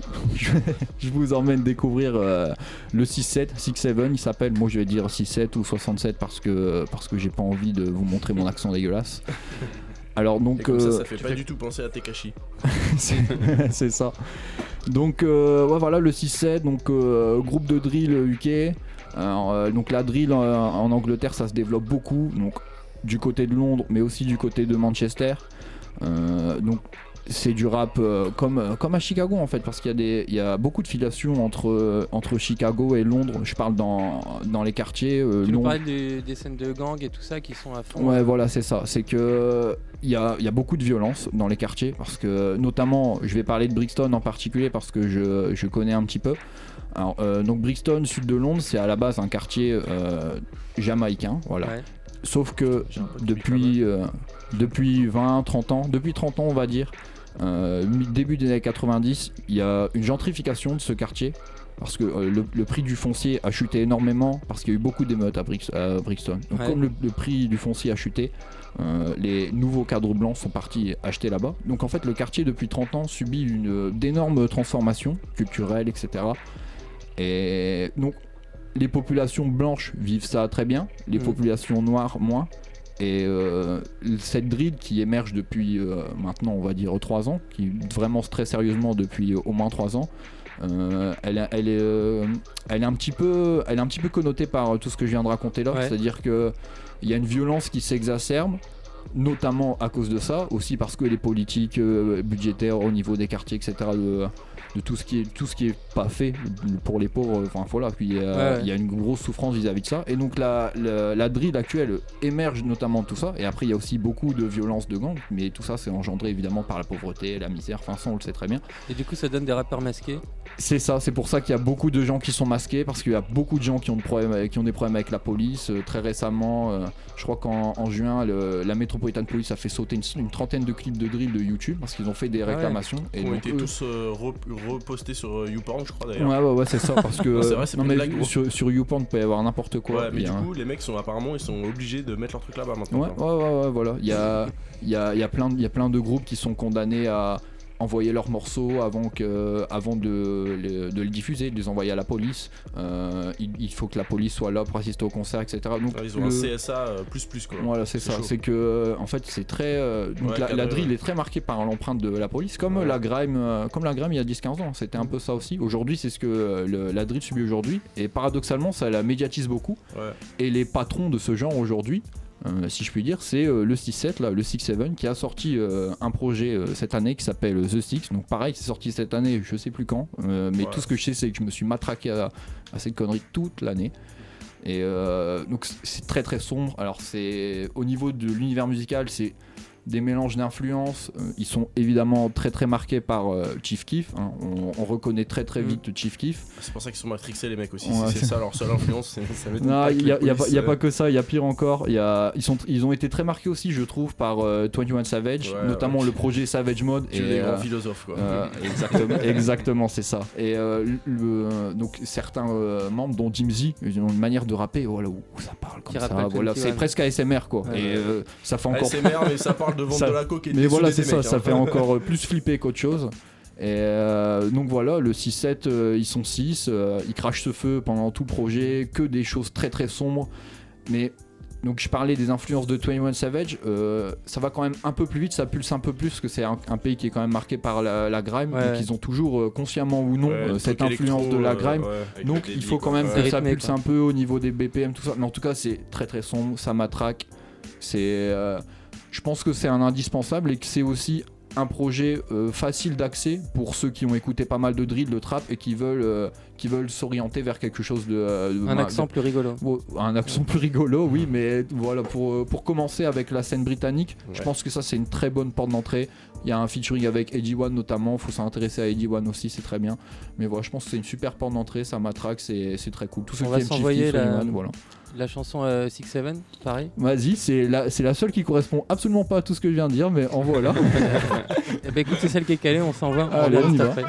Q: je vous emmène découvrir le 6-7, 6-7 il s'appelle, moi je vais dire 6-7 ou 67 parce que j'ai pas envie de vous montrer mon accent dégueulasse. Alors donc...
H: Et comme ça fait pas du tout penser à Tekashi.
Q: C'est ça. Donc ouais, voilà le 6-7, donc groupe de drill UK. Alors, donc la drill en Angleterre ça se développe beaucoup, donc du côté de Londres mais aussi du côté de Manchester. Donc c'est du rap comme à Chicago en fait, parce qu'il y a beaucoup de filiations entre Chicago et Londres. Je parle dans les quartiers.
F: Tu nous parlais des scènes de gang et tout ça qui sont à fond.
Q: Ouais voilà c'est ça, c'est que il y a beaucoup de violence dans les quartiers, parce que notamment je vais parler de Brixton en particulier parce que je connais un petit peu. Alors, donc Brixton, sud de Londres, c'est à la base un quartier jamaïcain, voilà. Ouais. Sauf que depuis 20-30 ans, depuis 30 ans on va dire, début des années 90, il y a une gentrification de ce quartier, parce que le prix du foncier a chuté énormément, parce qu'il y a eu beaucoup d'émeutes à Brixton. Donc comme le prix du foncier a chuté, les nouveaux cadres blancs sont partis acheter là-bas. Donc en fait le quartier depuis 30 ans subit d'énormes transformations culturelles, etc. Et donc les populations blanches vivent ça très bien, les populations noires moins. Et cette drill qui émerge depuis maintenant on va dire 3 ans, qui vraiment très sérieusement depuis au moins 3 ans, elle est un petit peu connotée par tout ce que je viens de raconter là, c'est-à-dire que il y a une violence qui s'exacerbe, notamment à cause de ça, aussi parce que les politiques budgétaires au niveau des quartiers, etc., de tout ce qui est pas fait pour les pauvres, enfin voilà, puis il y a une grosse souffrance vis-à-vis de ça, et donc la drill actuelle émerge notamment de tout ça, et après il y a aussi beaucoup de violences de gang, mais tout ça c'est engendré évidemment par la pauvreté, la misère, enfin ça on le sait très bien.
F: Et du coup ça donne des rappeurs masqués.
Q: C'est ça, c'est pour ça qu'il y a beaucoup de gens qui sont masqués, parce qu'il y a beaucoup de gens qui ont des problèmes avec la police. Très récemment, je crois qu'en juin, la Metropolitan Police a fait sauter une trentaine de clips de drill de YouTube parce qu'ils ont fait des réclamations.
H: Et ils ont été tous repostés sur YouPorn, je crois d'ailleurs.
Q: Ouais, c'est ça, parce que
H: c'est vrai, c'est
Q: mais sur YouPorn, il peut y avoir n'importe quoi.
H: Ouais, mais du coup, les mecs sont obligés de mettre leur truc là-bas maintenant.
Q: Ouais, voilà. Il y a plein de groupes qui sont condamnés à envoyer leurs morceaux avant de le diffuser, de les envoyer à la police. Il faut que la police soit là pour assister au concert, etc. Donc,
H: ils ont un CSA plus quoi.
Q: Voilà, c'est ça. Chaud. C'est que en fait c'est très donc la drill est très marquée par l'empreinte de la police, comme la grime il y a 10-15 ans. C'était un peu ça aussi. Aujourd'hui c'est ce que la drill subit aujourd'hui, et paradoxalement ça la médiatise beaucoup. Et les patrons de ce genre aujourd'hui, si je puis dire, c'est le 6-7 là, le 6-7 qui a sorti un projet cette année qui s'appelle The Six. Donc pareil, c'est sorti cette année, je sais plus quand, mais tout ce que je sais c'est que je me suis matraqué à cette connerie toute l'année. Et donc c'est très très sombre. Alors c'est au niveau de l'univers musical, c'est des mélanges d'influences. Ils sont évidemment très très marqués par Chief Keef, hein. On reconnaît très très vite Chief Keef.
H: C'est pour ça qu'ils sont matrixés les mecs aussi. C'est ça leur seule influence. Ça
Q: non, il y a pas que ça, il y a pire encore. Ils ont été très marqués aussi, je trouve, par 21 Savage, notamment le projet Savage Mode.
H: Et des grands philosophes quoi.
Q: Exactement, c'est ça. Et donc certains membres, dont Jim Z, ils ont une manière de rapper, voilà, où ça parle comme ça. Voilà, c'est presque ASMR quoi. Et ça fait encore.
H: ASMR, mais ça parle de vendre de la coke et de
Q: mais voilà, c'est
H: ça,
Q: ça fait encore plus flipper qu'autre chose. Et donc voilà, le 6-7, ils sont 6, ils crachent ce feu pendant tout le projet, que des choses très très sombres. Mais donc je parlais des influences de 21 Savage, ça va quand même un peu plus vite, ça pulse un peu plus, parce que c'est un pays qui est quand même marqué par la grime, donc ils ont toujours, consciemment ou non, cette influence de la grime. Donc il faut quand même que ça pulse un peu au niveau des BPM, tout ça. Mais en tout cas, c'est très très sombre, ça matraque. Je pense que c'est un indispensable, et que c'est aussi un projet facile d'accès pour ceux qui ont écouté pas mal de drill, de trap, et qui veulent qui veulent s'orienter vers quelque chose de
F: un accent plus rigolo.
Q: Un accent plus rigolo, oui, mais voilà, pour commencer avec la scène britannique, je pense que ça c'est une très bonne porte d'entrée. Il y a un featuring avec Eddie One notamment, il faut s'intéresser à Eddie One aussi, c'est très bien. Mais voilà, je pense que c'est une super porte d'entrée, ça matraque, c'est très cool. Tout
F: on va s'envoyer la chanson 6-7, pareil.
Q: Vas-y, c'est la seule qui correspond absolument pas à tout ce que je viens de dire, mais en voilà.
F: Et bah écoute, c'est celle qui est calée, on s'envoie.
Q: Allez, on y va.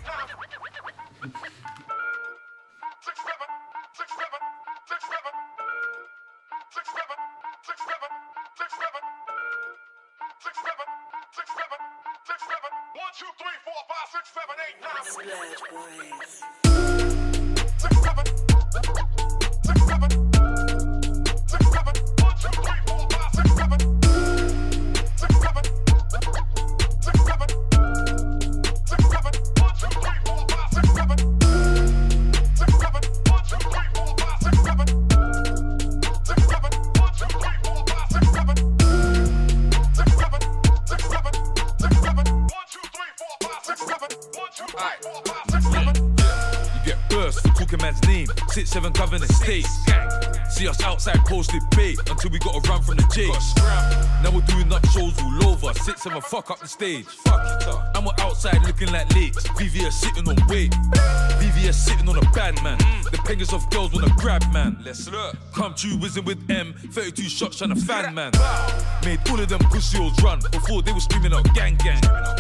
T: Fuck up the stage. And we're outside looking like lakes. VVS sitting on weight. VVS sitting on a band, man. The pengers of girls wanna grab, man. Let's look. Come true, whizzing with M. 32 shots trying to fan, man. Made all of them pussy-holes run before they were screaming out gang, gang.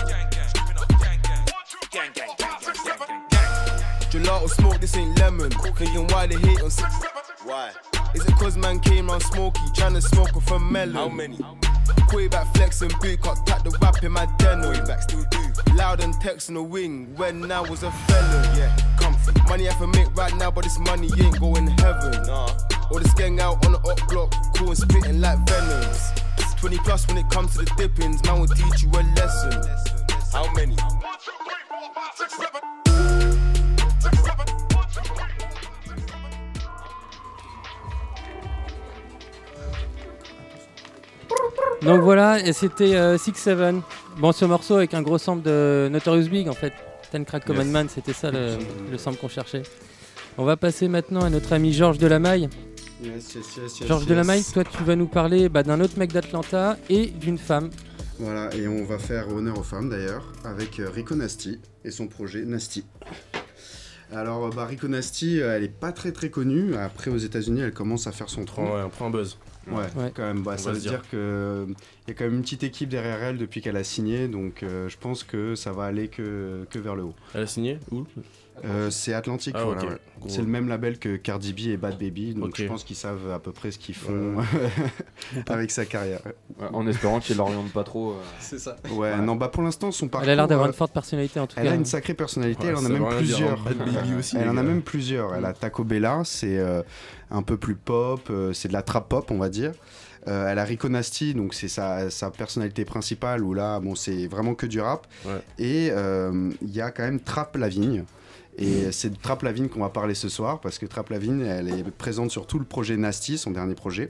U: Gelato smoke, this ain't lemon. Thinking why they hate on 6. Why? Is it cause man came round smoky, trying to smoke off a melon? How many? Way back flexing, boot cut, tap the rap in my denim. Way back still do. Loud and text on the wing when I was a felon. Yeah, comfy. Money I can make right now, but this money ain't going heaven. Nah. Or this gang out on the up block, cool and spitting like venoms. 20 plus when it comes to the dippings, man will teach you a lesson. How many? 1, 2, 3, 4, 5, 6, 7.
F: Donc voilà, et c'était 6-7. Bon, ce morceau avec un gros sample de Notorious Big en fait. Ten Crack Common Man, c'était ça le sample qu'on cherchait. On va passer maintenant à notre ami Georges Delamaille. Georges Delamaille, toi tu vas nous parler d'un autre mec d'Atlanta et d'une femme.
R: Voilà, et on va faire honneur aux femmes d'ailleurs, avec Rico Nasty et son projet Nasty. Alors Rico Nasty, elle est pas très très connue. Après aux États-Unis, elle commence à faire son tronc.
H: Ouais, elle prend un buzz.
R: Ouais, quand même. Ça veut dire qu'il y a quand même une petite équipe derrière elle depuis qu'elle a signé, donc je pense que ça va aller que vers le haut.
H: Elle a signé où?
R: C'est Atlantic, voilà,
H: okay.
R: Ouais. C'est le même label que Cardi B et Bad Baby, donc je pense qu'ils savent à peu près ce qu'ils font avec sa carrière.
J: En espérant qu'ils l'orientent pas trop.
R: C'est ça. Ouais, non, pour l'instant, son parcours.
F: Elle a l'air d'avoir une forte personnalité en tout cas.
R: Elle a une sacrée personnalité, elle en a même plusieurs.
H: Bad Baby aussi.
R: Elle en a même plusieurs. Elle a Taco Bella, c'est un peu plus pop, c'est de la trap pop, on va dire. Elle a Rico Nasty, donc c'est sa personnalité principale, où là, c'est vraiment que du rap. Ouais. Et il y a quand même Trap Lavigne. Et c'est de Trap Lavigne qu'on va parler ce soir, parce que Trap Lavigne, elle est présente sur tout le projet Nasty, son dernier projet.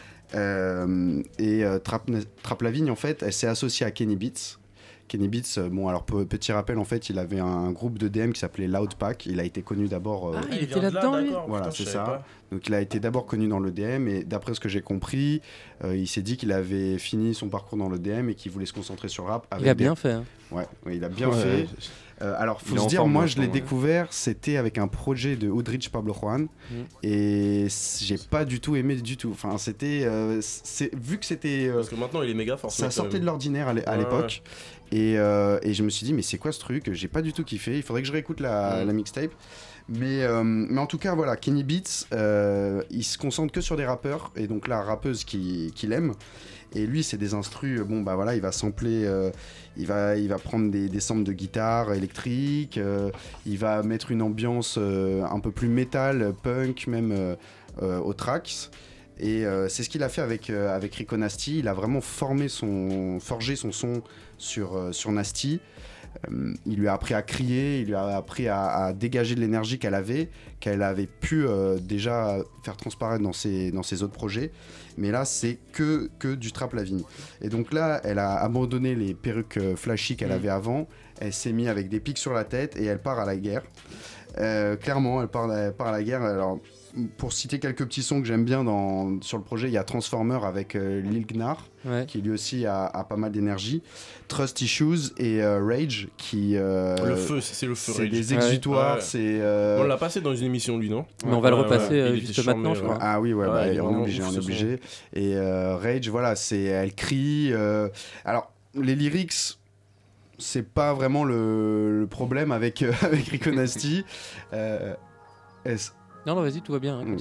R: Trap Lavigne, en fait, elle s'est associée à Kenny Beats. Kenny Beats, alors petit rappel, en fait, il avait un groupe de DM qui s'appelait Loud Pack. Il a été connu d'abord.
F: Il était là-dedans, lui.
R: Voilà, c'est ça. Donc il a été d'abord connu dans le DM, et d'après ce que j'ai compris, il s'est dit qu'il avait fini son parcours dans le DM et qu'il voulait se concentrer sur rap.
F: Il a bien fait. Hein.
R: Ouais, il a bien fait. Alors, faut se dire, moi, je l'ai découvert, c'était avec un projet de Hoodrich Pablo Juan, et j'ai pas du tout aimé du tout. Enfin, c'était, vu que c'était.
H: Parce que maintenant, il est méga fort.
R: Ça sortait de l'ordinaire à l'époque, et je me suis dit, mais c'est quoi ce truc? J'ai pas du tout kiffé. Il faudrait que je réécoute la mixtape. Mais en tout cas, voilà, Kenny Beats, il se concentre que sur des rappeurs, et donc la rappeuse qu'il aime. Et lui, c'est des instrus, il va sampler, il va prendre des samples de guitare électrique, il va mettre une ambiance un peu plus métal, punk, même aux tracks. Et c'est ce qu'il a fait avec Rico Nasty. Il a vraiment forgé son son sur Nasty. Il lui a appris à crier, il lui a appris à dégager de l'énergie qu'elle avait pu déjà faire transparaître dans ses autres projets. Mais là, c'est que du Trap Lavigne. Et donc là, elle a abandonné les perruques flashy qu'elle avait avant. Elle s'est mise avec des pics sur la tête et elle part à la guerre. Clairement, elle part à la guerre. Alors, pour citer quelques petits sons que j'aime bien sur le projet, il y a Transformer avec Lil Gnar, qui lui aussi a pas mal d'énergie. Trust Issues et Rage, qui...
H: le feu, c'est le feu.
R: C'est
H: Rage.
R: des exutoires,
H: Ouais.
R: c'est...
H: On l'a passé dans une émission, lui, non?
F: Mais on va le repasser
H: Il
F: juste
H: était
F: maintenant,
H: charmé,
F: je crois.
R: Ah oui,
H: il est
R: on
H: vraiment
R: est
H: ouf, ce
R: obligé. Et Rage, voilà, elle crie. Alors, les lyrics, c'est pas vraiment le problème avec Rico Nasty.
F: Non, vas-y, tout va bien. Hein,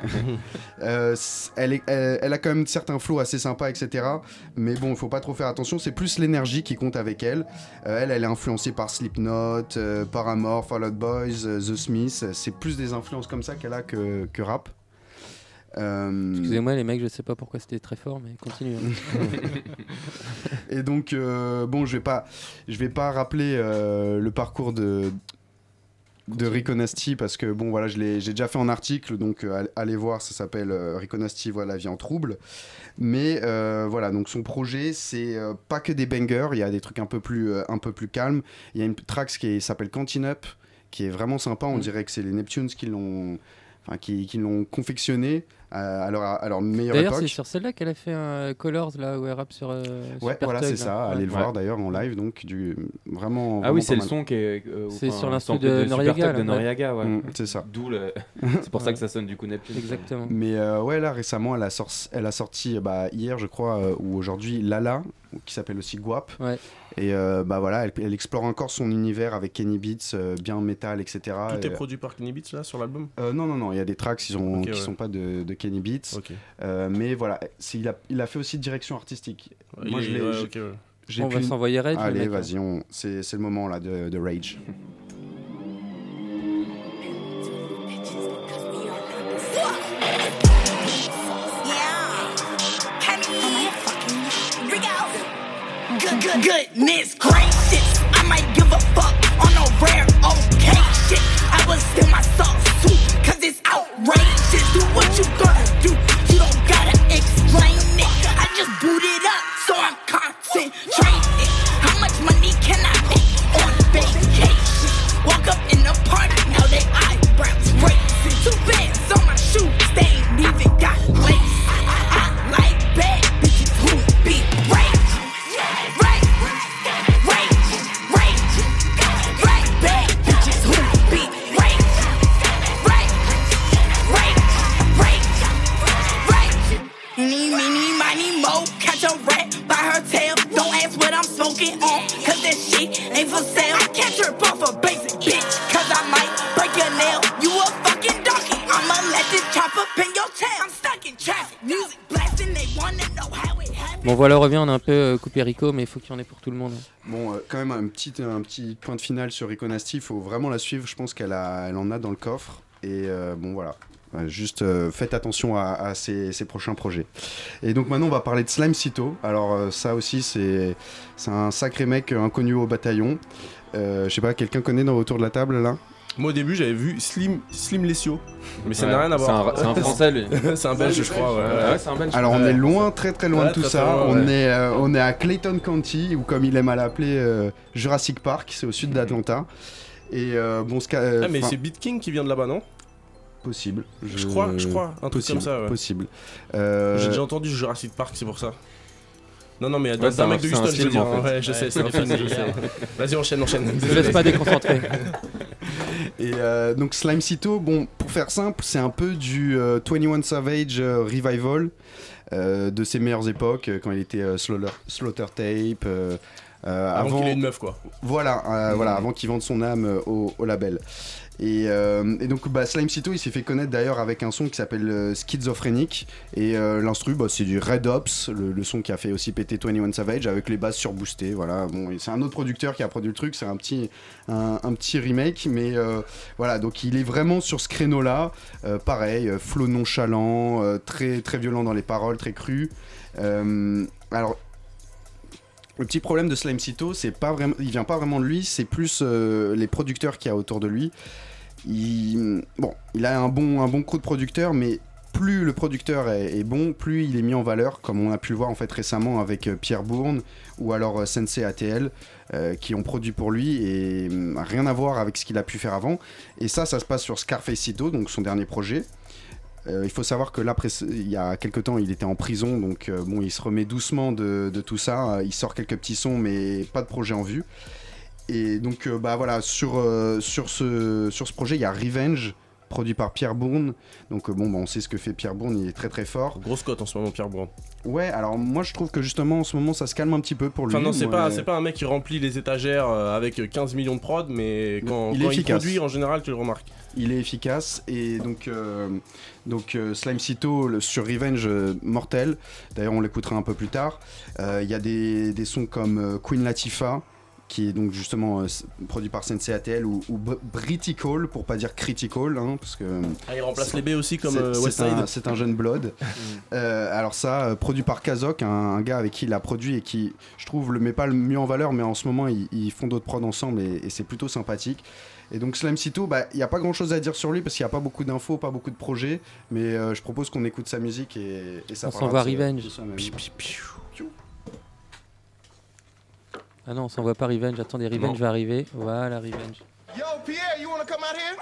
R: elle a quand même certains flows assez sympas, etc. Mais bon, il faut pas trop faire attention. C'est plus l'énergie qui compte avec elle. Elle est influencée par Slipknot, Paramore, Fall Out Boys, The Smiths. C'est plus des influences comme ça qu'elle a que rap.
F: Excusez-moi les mecs, je sais pas pourquoi c'était très fort, mais continue.
R: Et donc, bon, je vais pas rappeler le parcours de Rico Nasty parce que bon voilà j'ai déjà fait un article donc allez voir, ça s'appelle Rico Nasty voit la vie en trouble, mais voilà, donc son projet c'est pas que des bangers, il y a des trucs un peu plus calmes. Il y a une track qui s'appelle Canteen Up qui est vraiment sympa, on dirait que c'est les Neptunes qui l'ont confectionné à leur meilleure époque.
F: D'ailleurs, c'est sur celle-là qu'elle a fait un Colors, là, où elle rappe sur.
R: Ouais,
F: Super
R: voilà,
F: Thug,
R: c'est ça. Allez le voir d'ailleurs en live, donc vraiment.
J: Ah oui, c'est le
R: mal.
J: son qui est.
F: C'est sur l'instru
J: sample
F: de
J: Super
F: Noriega.
J: Thug de Noriega, ouais.
R: C'est ça.
J: D'où c'est pour ça que ça sonne du coup Neptune.
F: Exactement.
R: Mais ouais, là récemment, elle a sorti hier, je crois, ou aujourd'hui, Lala, qui s'appelle aussi Guap.
F: Ouais.
R: Et voilà, elle explore encore son univers avec Kenny Beats, bien métal, etc.
H: Tout est produit par Kenny Beats là sur l'album?
R: Non, il y a des tracks qui sont pas de Kenny Beats.
H: Okay.
R: Mais voilà, il a fait aussi de direction artistique. Moi,
F: on va s'envoyer Rage.
R: Allez, vas-y, c'est le moment là de Rage.
A: Goodness gracious, I might give a fuck on a rare okay shit. I was in my sauce too, cause it's outrageous. Do what you gonna do, you don't gotta explain it. I just boot it up, so I'm concentrated. How much money can I make on vacation? Walk up in the party, now they eyebrows raising. 2 bands on my shoes, they ain't even got lace. I like bad bitches who be rage. Smoking on, cause that shit ain't for sale. I can't trip off a basic bitch, cause I might break your nail. You a fucking donkey, I'ma let this chopper pin your tail. I'm stuck in traffic, music blasting, they wanna know how it happened.
F: Bon voilà, on revient, on a un peu coupé Rico, mais il faut qu'il y en ait pour tout le monde.
R: Bon, quand même un petit point de finale sur Rico Nasty, il faut vraiment la suivre, je pense qu'elle en a dans le coffre. Et bon voilà. Juste faites attention à ses prochains projets. Et donc maintenant on va parler de Slime Cito. Alors ça aussi c'est un sacré mec inconnu au bataillon. Je sais pas, quelqu'un connaît autour de la table là?
H: Moi au début j'avais vu Slim Lessio, mais ça n'a rien à voir.
J: C'est un français lui.
H: C'est un belge je crois.
J: Ouais, c'est un belge.
R: Alors on est loin, très loin de tout ça.
H: Loin,
R: on est à Clayton County, ou comme il aime à l'appeler Jurassic Park, c'est au sud d'Atlanta. Et bon
H: mais c'est Beat King qui vient de là-bas, non?
R: Possible.
H: Je crois, un truc comme ça. Ouais.
R: Possible.
H: J'ai déjà entendu Jurassic Park, c'est pour ça. Non, mais c'est un mec de Houston, je veux dire. En fait. Ouais, je sais, c'est un film. Vas-y, enchaîne.
F: Ne laisse pas déconcentrer.
R: Et donc Slime Cito, bon, pour faire simple, c'est un peu du 21 Savage revival de ses meilleures époques, quand il était Slaughter Tape.
H: Avant qu'il ait une meuf, quoi.
R: Voilà, avant qu'il vende son âme au label. Et donc Slime Cito il s'est fait connaître d'ailleurs avec un son qui s'appelle Schizophrenic, et l'instru c'est du Red Ops, le son qui a fait aussi péter 21 Savage avec les basses surboostées. Voilà, bon, c'est un autre producteur qui a produit le truc, c'est un petit remake, mais voilà, donc il est vraiment sur ce créneau là, pareil, flow nonchalant, très violent dans les paroles, très cru. Alors le petit problème de Slime Cito, c'est pas vraiment, il vient pas vraiment de lui, c'est plus les producteurs qu'il y a autour de lui. Il a un bon crew de producteurs, mais plus le producteur est bon, plus il est mis en valeur, comme on a pu le voir en fait récemment avec Pierre Bourne ou alors Sensei ATL, qui ont produit pour lui et rien à voir avec ce qu'il a pu faire avant. Et ça se passe sur Scarfacito, donc son dernier projet. Il faut savoir que là, il y a quelques temps, il était en prison, donc bon, il se remet doucement de tout ça. Il sort quelques petits sons, mais pas de projet en vue. Et donc, voilà, sur ce projet, il y a Revenge, produit par Pierre Bourne. Donc on sait ce que fait Pierre Bourne, il est très très fort.
H: Grosse cote en ce moment, Pierre Bourne.
R: Ouais, alors moi je trouve que justement en ce moment ça se calme un petit peu pour lui.
H: Enfin non, c'est pas un mec qui remplit les étagères avec 15 millions de prod, mais quand il produit en général tu le remarques.
R: Il est efficace et donc Slimecito sur Revenge, mortel. D'ailleurs on l'écoutera un peu plus tard. Il y a des sons comme Queen Latifah, qui est donc justement produit par Sensei ATL ou Britical, pour pas dire Critical, hein, parce que
H: il remplace les B aussi comme Westside.
R: C'est un jeune blood. Alors ça, produit par Kazok, un gars avec qui il a produit et qui, je trouve, le met pas le mieux en valeur, mais en ce moment ils font d'autres prods ensemble et c'est plutôt sympathique. Et donc Slimecito, il n'y a pas grand chose à dire sur lui parce qu'il n'y a pas beaucoup d'infos, pas beaucoup de projets, mais je propose qu'on écoute sa musique et ça.
F: On s'envoie Revenge. Ah non, on s'envoie pas Revenge. Attendez, Revenge va arriver. Voilà, Revenge.
S: Yo, Pierre, you wanna come out here?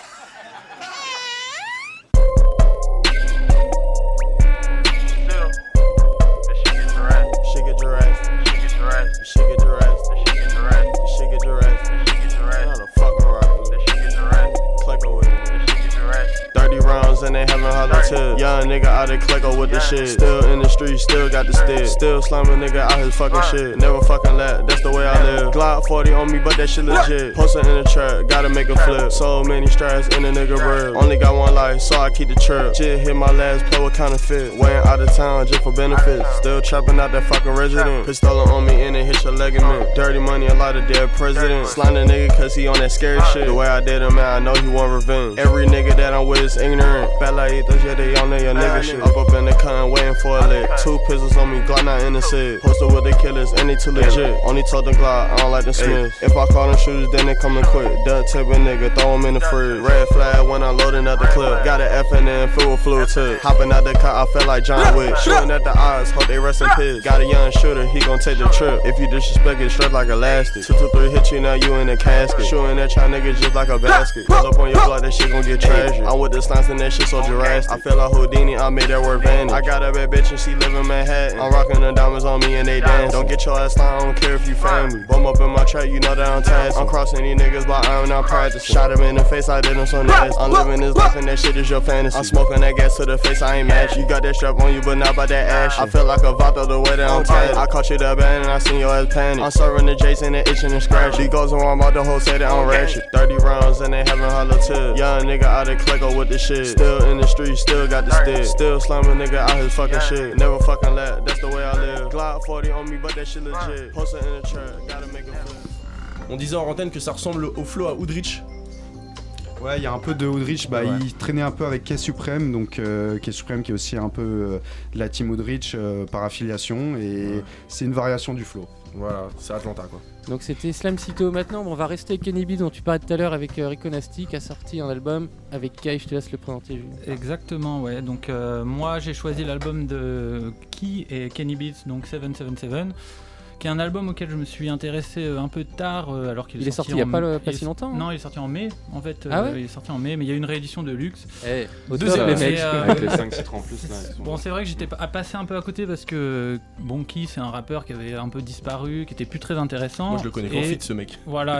S: And they having hollow tips. Young nigga out of Clecco with the shit. Still in the street, still got the stick. Still slamming nigga out his fucking shit. Never fucking let, that's the way I live. Glock 40 on me, but that shit legit. Posting in the trap, gotta make a flip. So many straps in a nigga rib. Only got one life, so I keep the trip. Just hit my last play, what kind of fit? Went out of town just for benefits. Still trapping out that fucking resident. Pistol on me and it hit your ligament. Dirty money, a lot of dead presidents. Slime the nigga cause he on that scary shit. The way I did him, man, I know he want revenge. Every nigga that I'm with is ignorant. Balaitos, yeah, they on their nigga shit. Up in the car waiting for a lick. 2 pistols on me, Glock not in the set. Posted with the killers, and they too legit. Only told the Glock, I don't like the Smiths. If I call them shooters, then they coming quick. Duck tip a nigga, throw him in the fridge. Red flag when I'm loading up the clip. Got an FNN, full fluid tip. Hopping out the car, I felt like John Wick. Shooting at the odds, hope they rest in piss. Got a young shooter, he gon' take the trip. If you disrespect it, straight like elastic. 223 hit you, now you in the casket. Shooting at y'all niggas just like a basket. Pull up on your block, that shit gon' get tragic. I'm with the slants and that shit so Jurassic. I feel like Houdini, I made that word vanish. I got a bad bitch and she live in Manhattan. I'm rocking the diamonds on me and they dance. Don't get your ass down, I don't care if you family. Bum up in my trap, you know that I'm taxed. I'm crossing these niggas by I'm not practicing. Shot him in the face, I did him so nice. I'm living this life and that shit is your fantasy. I'm smoking that gas to the face, I ain't match. You got that strap on you, but not by that ash. I feel like a vato the way that I'm tight. I caught you that band and I seen your ass panic. I'm serving the Jason and itching and scratching. She goes around about the whole say that I'm ratchet. 30 rounds and they having hollow tips. Young nigga out of Clecco with the shit. Still in the street, still got the stick. Still slamming nigga out his fucking shit. Never fucking let, that's the way I live. Glock 40 on me, but that shit legit. Posted in the trap, gotta make a flip.
H: On disait en antenne que ça ressemble au flow à Woodrich.
R: Ouais, il y a un peu de Woodrich, il traînait un peu avec K-Supreme, donc K-Supreme qui est aussi un peu de la team Woodrich par affiliation, et c'est une variation du flow.
H: Voilà, c'est Atlanta quoi.
F: Donc c'était Slimecito. Maintenant, on va rester avec Kenny B dont tu parlais tout à l'heure avec Rico Nasty qui a sorti un album avec Kai. Je te laisse le présenter, Jules.
G: Exactement, ouais. Donc moi j'ai choisi l'album de Key et Kenny Beats, donc 777, qui est un album auquel je me suis intéressé un peu tard, alors qu'il
F: est sorti il n'y a pas si longtemps.
G: Non, il est sorti en mai en fait.
F: Ah ouais,
G: il est sorti en mai, mais il y a une réédition de luxe.
J: Deuxième les mecs avec les 5 titres en plus là.
G: Bon, c'est vrai que j'étais passé un peu à côté parce que bon, Key c'est un rappeur qui avait un peu disparu, qui était plus très intéressant.
H: Moi je le connais qu'en feat ce mec.
G: Voilà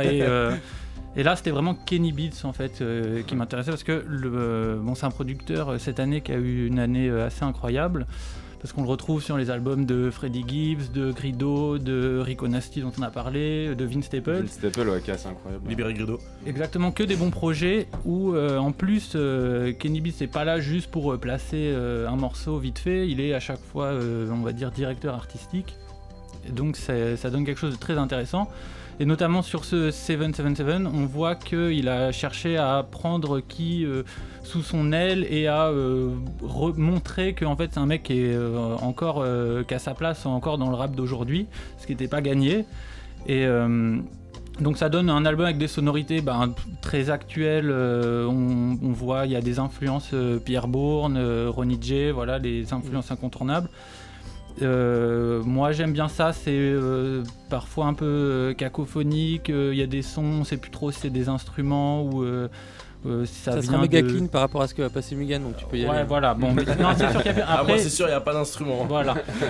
G: et là c'était vraiment Kenny Beats en fait qui m'intéressait parce que c'est un producteur cette année qui a eu une année assez incroyable. Parce qu'on le retrouve sur les albums de Freddie Gibbs, de Grido, de Rico Nasty dont on a parlé, de Vince Staples.
J: Vince Staples, ouais, qui est assez incroyable.
H: Libéré Grido.
G: Exactement, que des bons projets où en plus Kenny Beats n'est pas là juste pour placer un morceau vite fait, il est à chaque fois, on va dire, directeur artistique. Et donc ça donne quelque chose de très intéressant. Et notamment sur ce 777, on voit qu'il a cherché à prendre Key sous son aile et à montrer qu'en fait c'est un mec qui est qui a sa place encore dans le rap d'aujourd'hui, ce qui n'était pas gagné. Et Donc ça donne un album avec des sonorités très actuelles. On voit il y a des influences Pierre Bourne, Ronnie J, voilà les influences incontournables. Moi j'aime bien ça, c'est parfois un peu cacophonique, il y a des sons, on sait plus trop si c'est des instruments ou
F: ça sera méga clean par rapport à ce que va passer Mugan, donc tu peux y aller.
G: Ouais, voilà, bon, mais non, c'est sûr qu'il y a...
H: Après, moi c'est sûr, il n'y a pas d'instrument.
G: Voilà.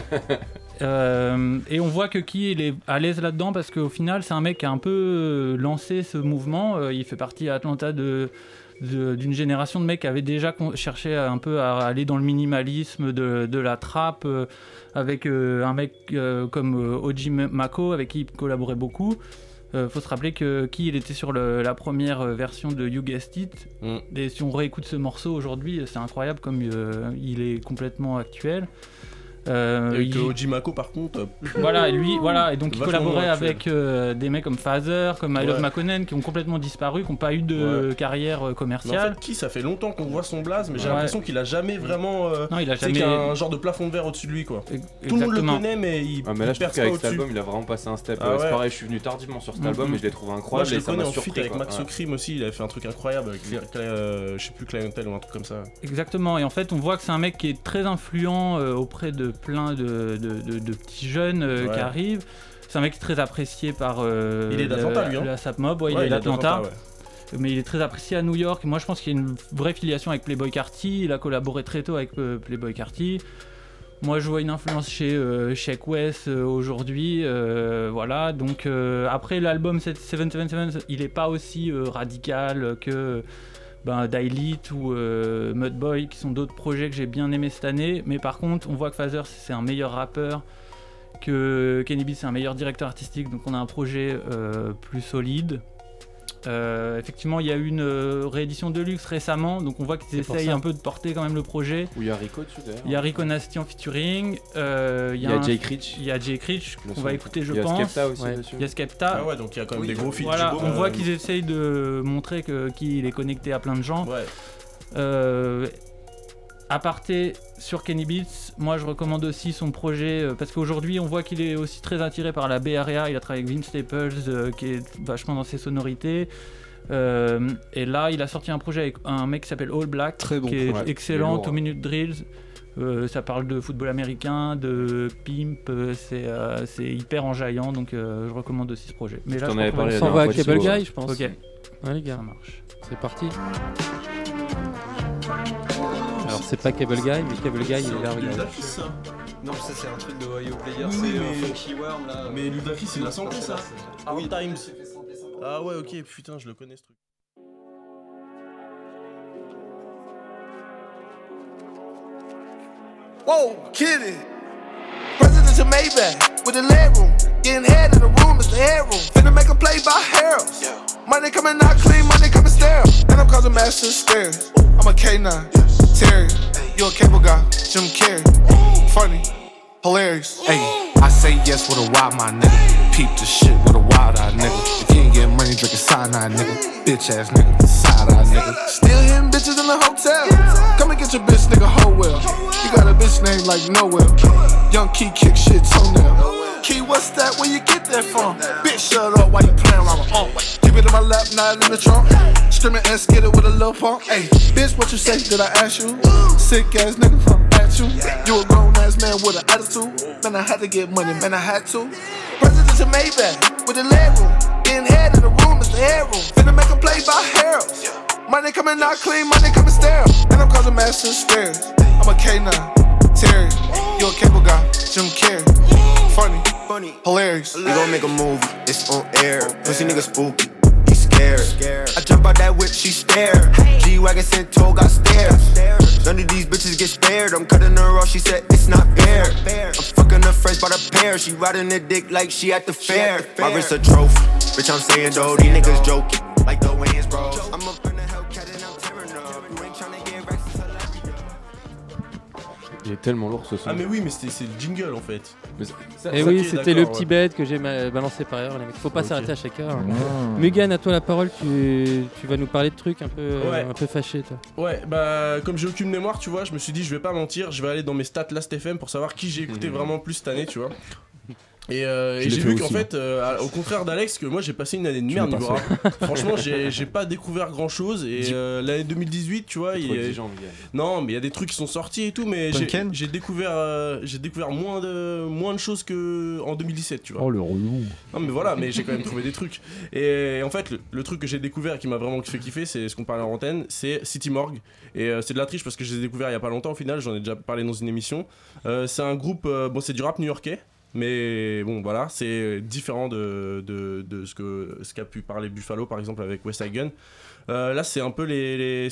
G: Et on voit que Key il est à l'aise là-dedans parce qu'au final c'est un mec qui a un peu lancé ce mouvement. Il fait partie à Atlanta d'une génération de mecs qui avaient déjà cherché un peu à aller dans le minimalisme de la trap avec un mec comme Oji Mako avec qui il collaborait beaucoup. Faut se rappeler que Key il était sur la première version de You Guessed It et si on réécoute ce morceau aujourd'hui c'est incroyable comme il est complètement actuel.
H: Et que Oji Mako par contre
G: voilà et donc il collaborait avec des mecs comme Phaser, comme I Love Makonnen qui ont complètement disparu, qui n'ont pas eu de carrière commerciale.
H: Mais en fait Key ça fait longtemps qu'on voit son blaze mais j'ai l'impression qu'il a jamais vraiment
G: non, il a jamais...
H: qu'il y a un genre de plafond de verre au-dessus de lui quoi. Tout le monde le connaît mais il
J: mais là je trouve qu'avec cet
H: au-dessus.
J: album il a vraiment passé un step. C'est pareil, je suis venu tardivement sur cet album et je l'ai trouvé incroyable.
H: Moi je
J: et
H: le
J: ça
H: connais
J: m'a
H: en
J: surpris
H: feat avec Max O'Crim aussi, il avait fait un truc incroyable avec je sais plus Clientèle ou un truc comme ça.
G: Exactement, et en fait on voit que c'est un mec qui est très influent auprès de plein de petits jeunes qui arrivent. C'est un mec qui est très apprécié par
H: il est d'Atlanta lui
G: la Sap Mob, il est d'Atlanta. Mais il est très apprécié à New York. Et moi je pense qu'il y a une vraie filiation avec Playboi Carti. Il a collaboré très tôt avec Playboi Carti. Moi je vois une influence chez Sheck West aujourd'hui. Voilà. Donc après l'album 777 il est pas aussi radical que Dailith ou Mudboy qui sont d'autres projets que j'ai bien aimés cette année, mais par contre on voit que Phaser c'est un meilleur rappeur, que Kenny Beats c'est un meilleur directeur artistique, donc on a un projet plus solide. Effectivement il y a eu une réédition de luxe récemment, donc on voit qu'ils essayent un peu de porter quand même le projet.
J: Où il y a Rico dessus d'ailleurs.
G: Il y a Rico Nasty en featuring,
J: il y a Jay Critch.
G: Il y a Jay Critch qu'on va écouter je pense.
J: Il y a Skepta aussi dessus.
G: Il y a Skepta.
H: Ah ouais, donc il y a quand même des gros feats.
G: Voilà, on voit qu'ils essayent de montrer qu'il est connecté à plein de gens. Aparté sur Kenny Beats, moi je recommande aussi son projet parce qu'aujourd'hui on voit qu'il est aussi très attiré par la Bay Area. Il a travaillé avec Vince Staples qui est vachement dans ses sonorités. Et là il a sorti un projet avec un mec qui s'appelle All Black qui est excellent, 2 Minute Drills. Ça parle de football américain, de pimp, c'est hyper enjaillant, donc je recommande aussi ce projet. Mais là,
F: on s'en va à Cable Guy, je pense.
G: Ok.
F: Ouais, les gars,
G: ça marche.
F: C'est parti. Alors c'est pas Cable Guy, mais Cable Guy il est là, regarde.
M: Non, ça c'est un truc de Ohio Player,
H: c'est
M: Funky Worm là.
H: Mais Ludacris il l'a samplé ça. Hard Times. Ah ouais, ok, putain, je le connais ce truc.
S: Whoa, kitty. Presidential Maybach with a leg room. Getting head in the room is the headroom. Finna make a play by Harold's. Money coming out clean, money coming sterile. And I'm causing massive stairs. I'm a K9, Terry. You a cable guy, Jim Carrey. Funny, hilarious. Hey, I say yes with a wild my nigga. Peep the shit with a wild eye nigga. If you ain't getting money, drinking cyanide nigga. Bitch ass nigga, side eye nigga. Still hitting bitches in the hotel. Come and get your bitch nigga whole well. You got a bitch named like Noel. Young Key kick shit toenail. Key, what's that? Where you get that from? Bitch, shut up while you playing around with keep it in my lap, not in the trunk. Screaming and skid it with a little pump. Hey, bitch, what you say? Did I ask you? Sick ass nigga from at you. You a grown ass man with an attitude. Man, I had to get money, man, I had to. Presidential Maybach with a leg room. Getting head in the room is the headroom. Finna make a play by Harold's. Money coming out clean, money coming sterile. And I'm causing massive stairs. I'm a K9, Terry. You a cable guy, Jim Carrey. Funny, hilarious.
B: We gon' make a movie, it's on air. Pussy nigga spooky, he scared. I jump out that whip, she stare. G-Wagon sent told, got stairs. None of these bitches get spared. I'm cutting her off, she said it's not fair. I'm fucking her fresh by the pair. She riding the dick like she at the fair. My wrist a trophy, bitch I'm saying though, these niggas joking. Like the Wayans bros. I'm up in the Hellcat and I'm tearing up. You ain't tryna get racks, it's hilarious.
J: Il est tellement lourd ce son.
H: Ah mais oui, mais c'est le jingle en fait.
F: Et oui, c'était le petit bête que j'ai balancé par ailleurs, les mecs. Faut pas s'arrêter à chaque heure. Mugan, à toi la parole, tu vas nous parler de trucs un peu fâchés, toi.
H: Ouais, bah comme j'ai aucune mémoire, tu vois, je me suis dit je vais pas mentir, je vais aller dans mes stats Last FM pour savoir qui j'ai écouté vraiment plus cette année, tu vois. Et j'ai vu qu'en fait, au contraire d'Alex, que moi j'ai passé une année de merde niveau rap. Franchement, j'ai pas découvert grand chose. Et l'année 2018, tu vois, non, mais il y a des trucs qui sont sortis et tout, mais j'ai découvert moins de choses que en 2017, tu vois.
Q: Oh le relou.
H: Non, mais voilà, mais j'ai quand même trouvé des trucs. Et en fait, le truc que j'ai découvert et qui m'a vraiment fait kiffer, c'est ce qu'on parlait en antenne, c'est City Morgue. Et c'est de la triche parce que je les ai découverts il y a pas longtemps au final, j'en ai déjà parlé dans une émission. C'est un groupe, c'est du rap new-yorkais. Mais bon, voilà, c'est différent de ce qu'a pu parler Buffalo, par exemple, avec West Side Gun. Là, c'est un peu des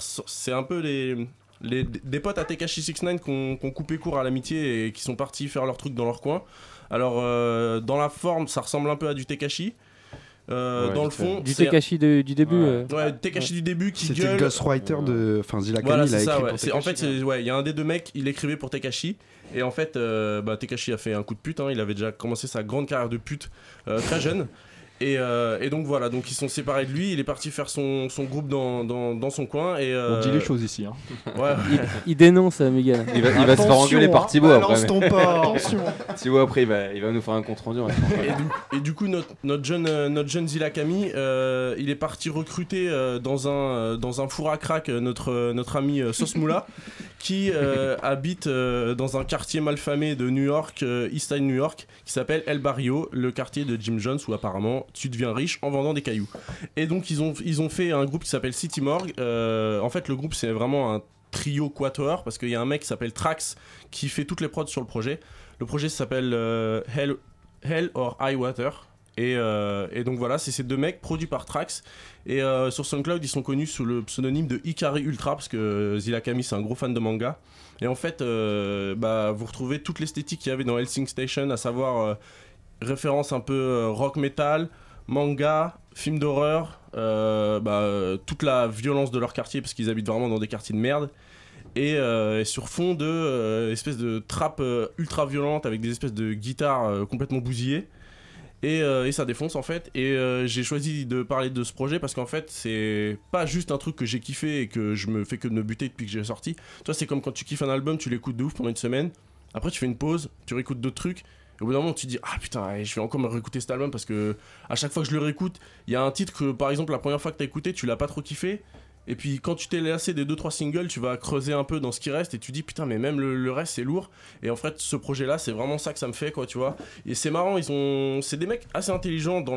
H: potes à Tekashi 69 qui ont coupé court à l'amitié et qui sont partis faire leur truc dans leur coin. Alors, dans la forme, ça ressemble un peu à du Tekashi. Dans le fond,
F: du Tekashi du début.
H: Ouais, Tekashi du début qui
R: c'était
H: gueule.
R: le ghostwriter de. Enfin, Zilakami,
H: voilà,
R: il a écrit
H: ça,
R: pour
H: ouais.
R: Tekashi.
H: En fait, il y a un des deux mecs, il écrivait pour Tekashi. Et en fait, Tekashi a fait un coup de pute. Il avait déjà commencé sa grande carrière de pute très jeune. Et donc voilà, donc ils sont séparés de lui. Il est parti faire son groupe dans son coin. Et,
Q: on dit les choses ici. Hein.
H: Ouais.
F: Il dénonce, Megan.
C: Il va se faire engueuler par Thibaut après.
Q: Balance ton pas. Attention.
C: Thibaut après, il va nous faire un compte rendu.
H: Et du coup, notre jeune Zilakami, il est parti recruter dans un four à crack notre ami Sauce Moula, qui habite dans un quartier malfamé de New York, East Side New York, qui s'appelle El Barrio, le quartier de Jim Jones, où apparemment tu deviens riche en vendant des cailloux. Et donc ils ont fait un groupe qui s'appelle City Morgue. En fait, le groupe, c'est vraiment un trio quatuor, parce qu'il y a un mec qui s'appelle Trax qui fait toutes les prods sur le projet. Le projet s'appelle Hell or High Water. Et donc voilà, c'est ces deux mecs produits par Trax. Et sur SoundCloud, ils sont connus sous le pseudonyme de Ikari Ultra, parce que Zilakami, c'est un gros fan de manga. Et en fait, vous retrouvez toute l'esthétique qu'il y avait dans Hellsing Station, à savoir référence un peu rock metal, manga, film d'horreur, toute la violence de leur quartier, parce qu'ils habitent vraiment dans des quartiers de merde. Et sur fond de espèces de trap ultra violente avec des espèces de guitares complètement bousillées. Et ça défonce en fait. Et j'ai choisi de parler de ce projet parce qu'en fait, c'est pas juste un truc que j'ai kiffé et que je me fais que de me buter depuis que j'ai sorti. Tu vois, c'est comme quand tu kiffes un album, tu l'écoutes de ouf pendant une semaine. Après, tu fais une pause, tu réécoutes d'autres trucs. Et au bout d'un moment, tu te dis, ah putain, je vais encore me réécouter cet album parce que à chaque fois que je le réécoute, il y a un titre que par exemple, la première fois que t'as écouté, tu l'as pas trop kiffé. Et puis quand tu t'es lassé des 2-3 singles, tu vas creuser un peu dans ce qui reste et tu dis putain mais même le reste c'est lourd. Et en fait ce projet là c'est vraiment ça que ça me fait quoi, tu vois. Et c'est marrant, c'est des mecs assez intelligents dans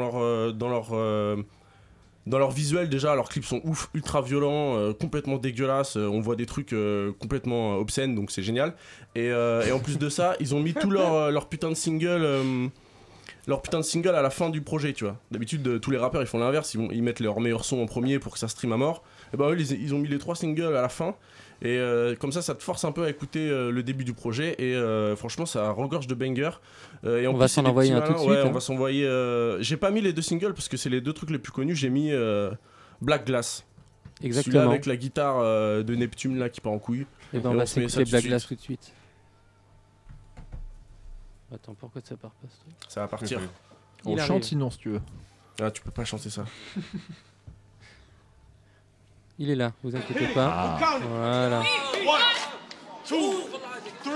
H: leur visuel déjà. Leurs clips sont ouf, ultra violents, complètement dégueulasses. On voit des trucs complètement obscènes, donc c'est génial. Et en plus de ça, ils ont mis tout leur putain de single. Leur putain de single à la fin du projet, tu vois. D'habitude, tous les rappeurs ils font l'inverse, ils mettent leurs meilleurs sons en premier pour que ça stream à mort. Et bah eux, ils ont mis les 3 singles à la fin. Et comme ça te force un peu à écouter le début du projet. Et franchement, ça regorge de bangers. Et
F: on va s'en envoyer un tout de suite.
H: Ouais, on va s'envoyer. J'ai pas mis les 2 singles parce que c'est les 2 trucs les plus connus. J'ai mis Black Glass.
F: Exactement.
H: Celui-là avec la guitare de Neptune là qui part en couille.
F: Et ben on va s'écouter Black Glass tout de suite. Attends, pourquoi ça part pas ce truc ?
H: Ça va partir.
Q: On chante sinon si tu veux.
H: Ah, tu peux pas chanter ça.
F: Il est là, vous inquiétez pas. Ah. Voilà.
N: 1, 2, 3,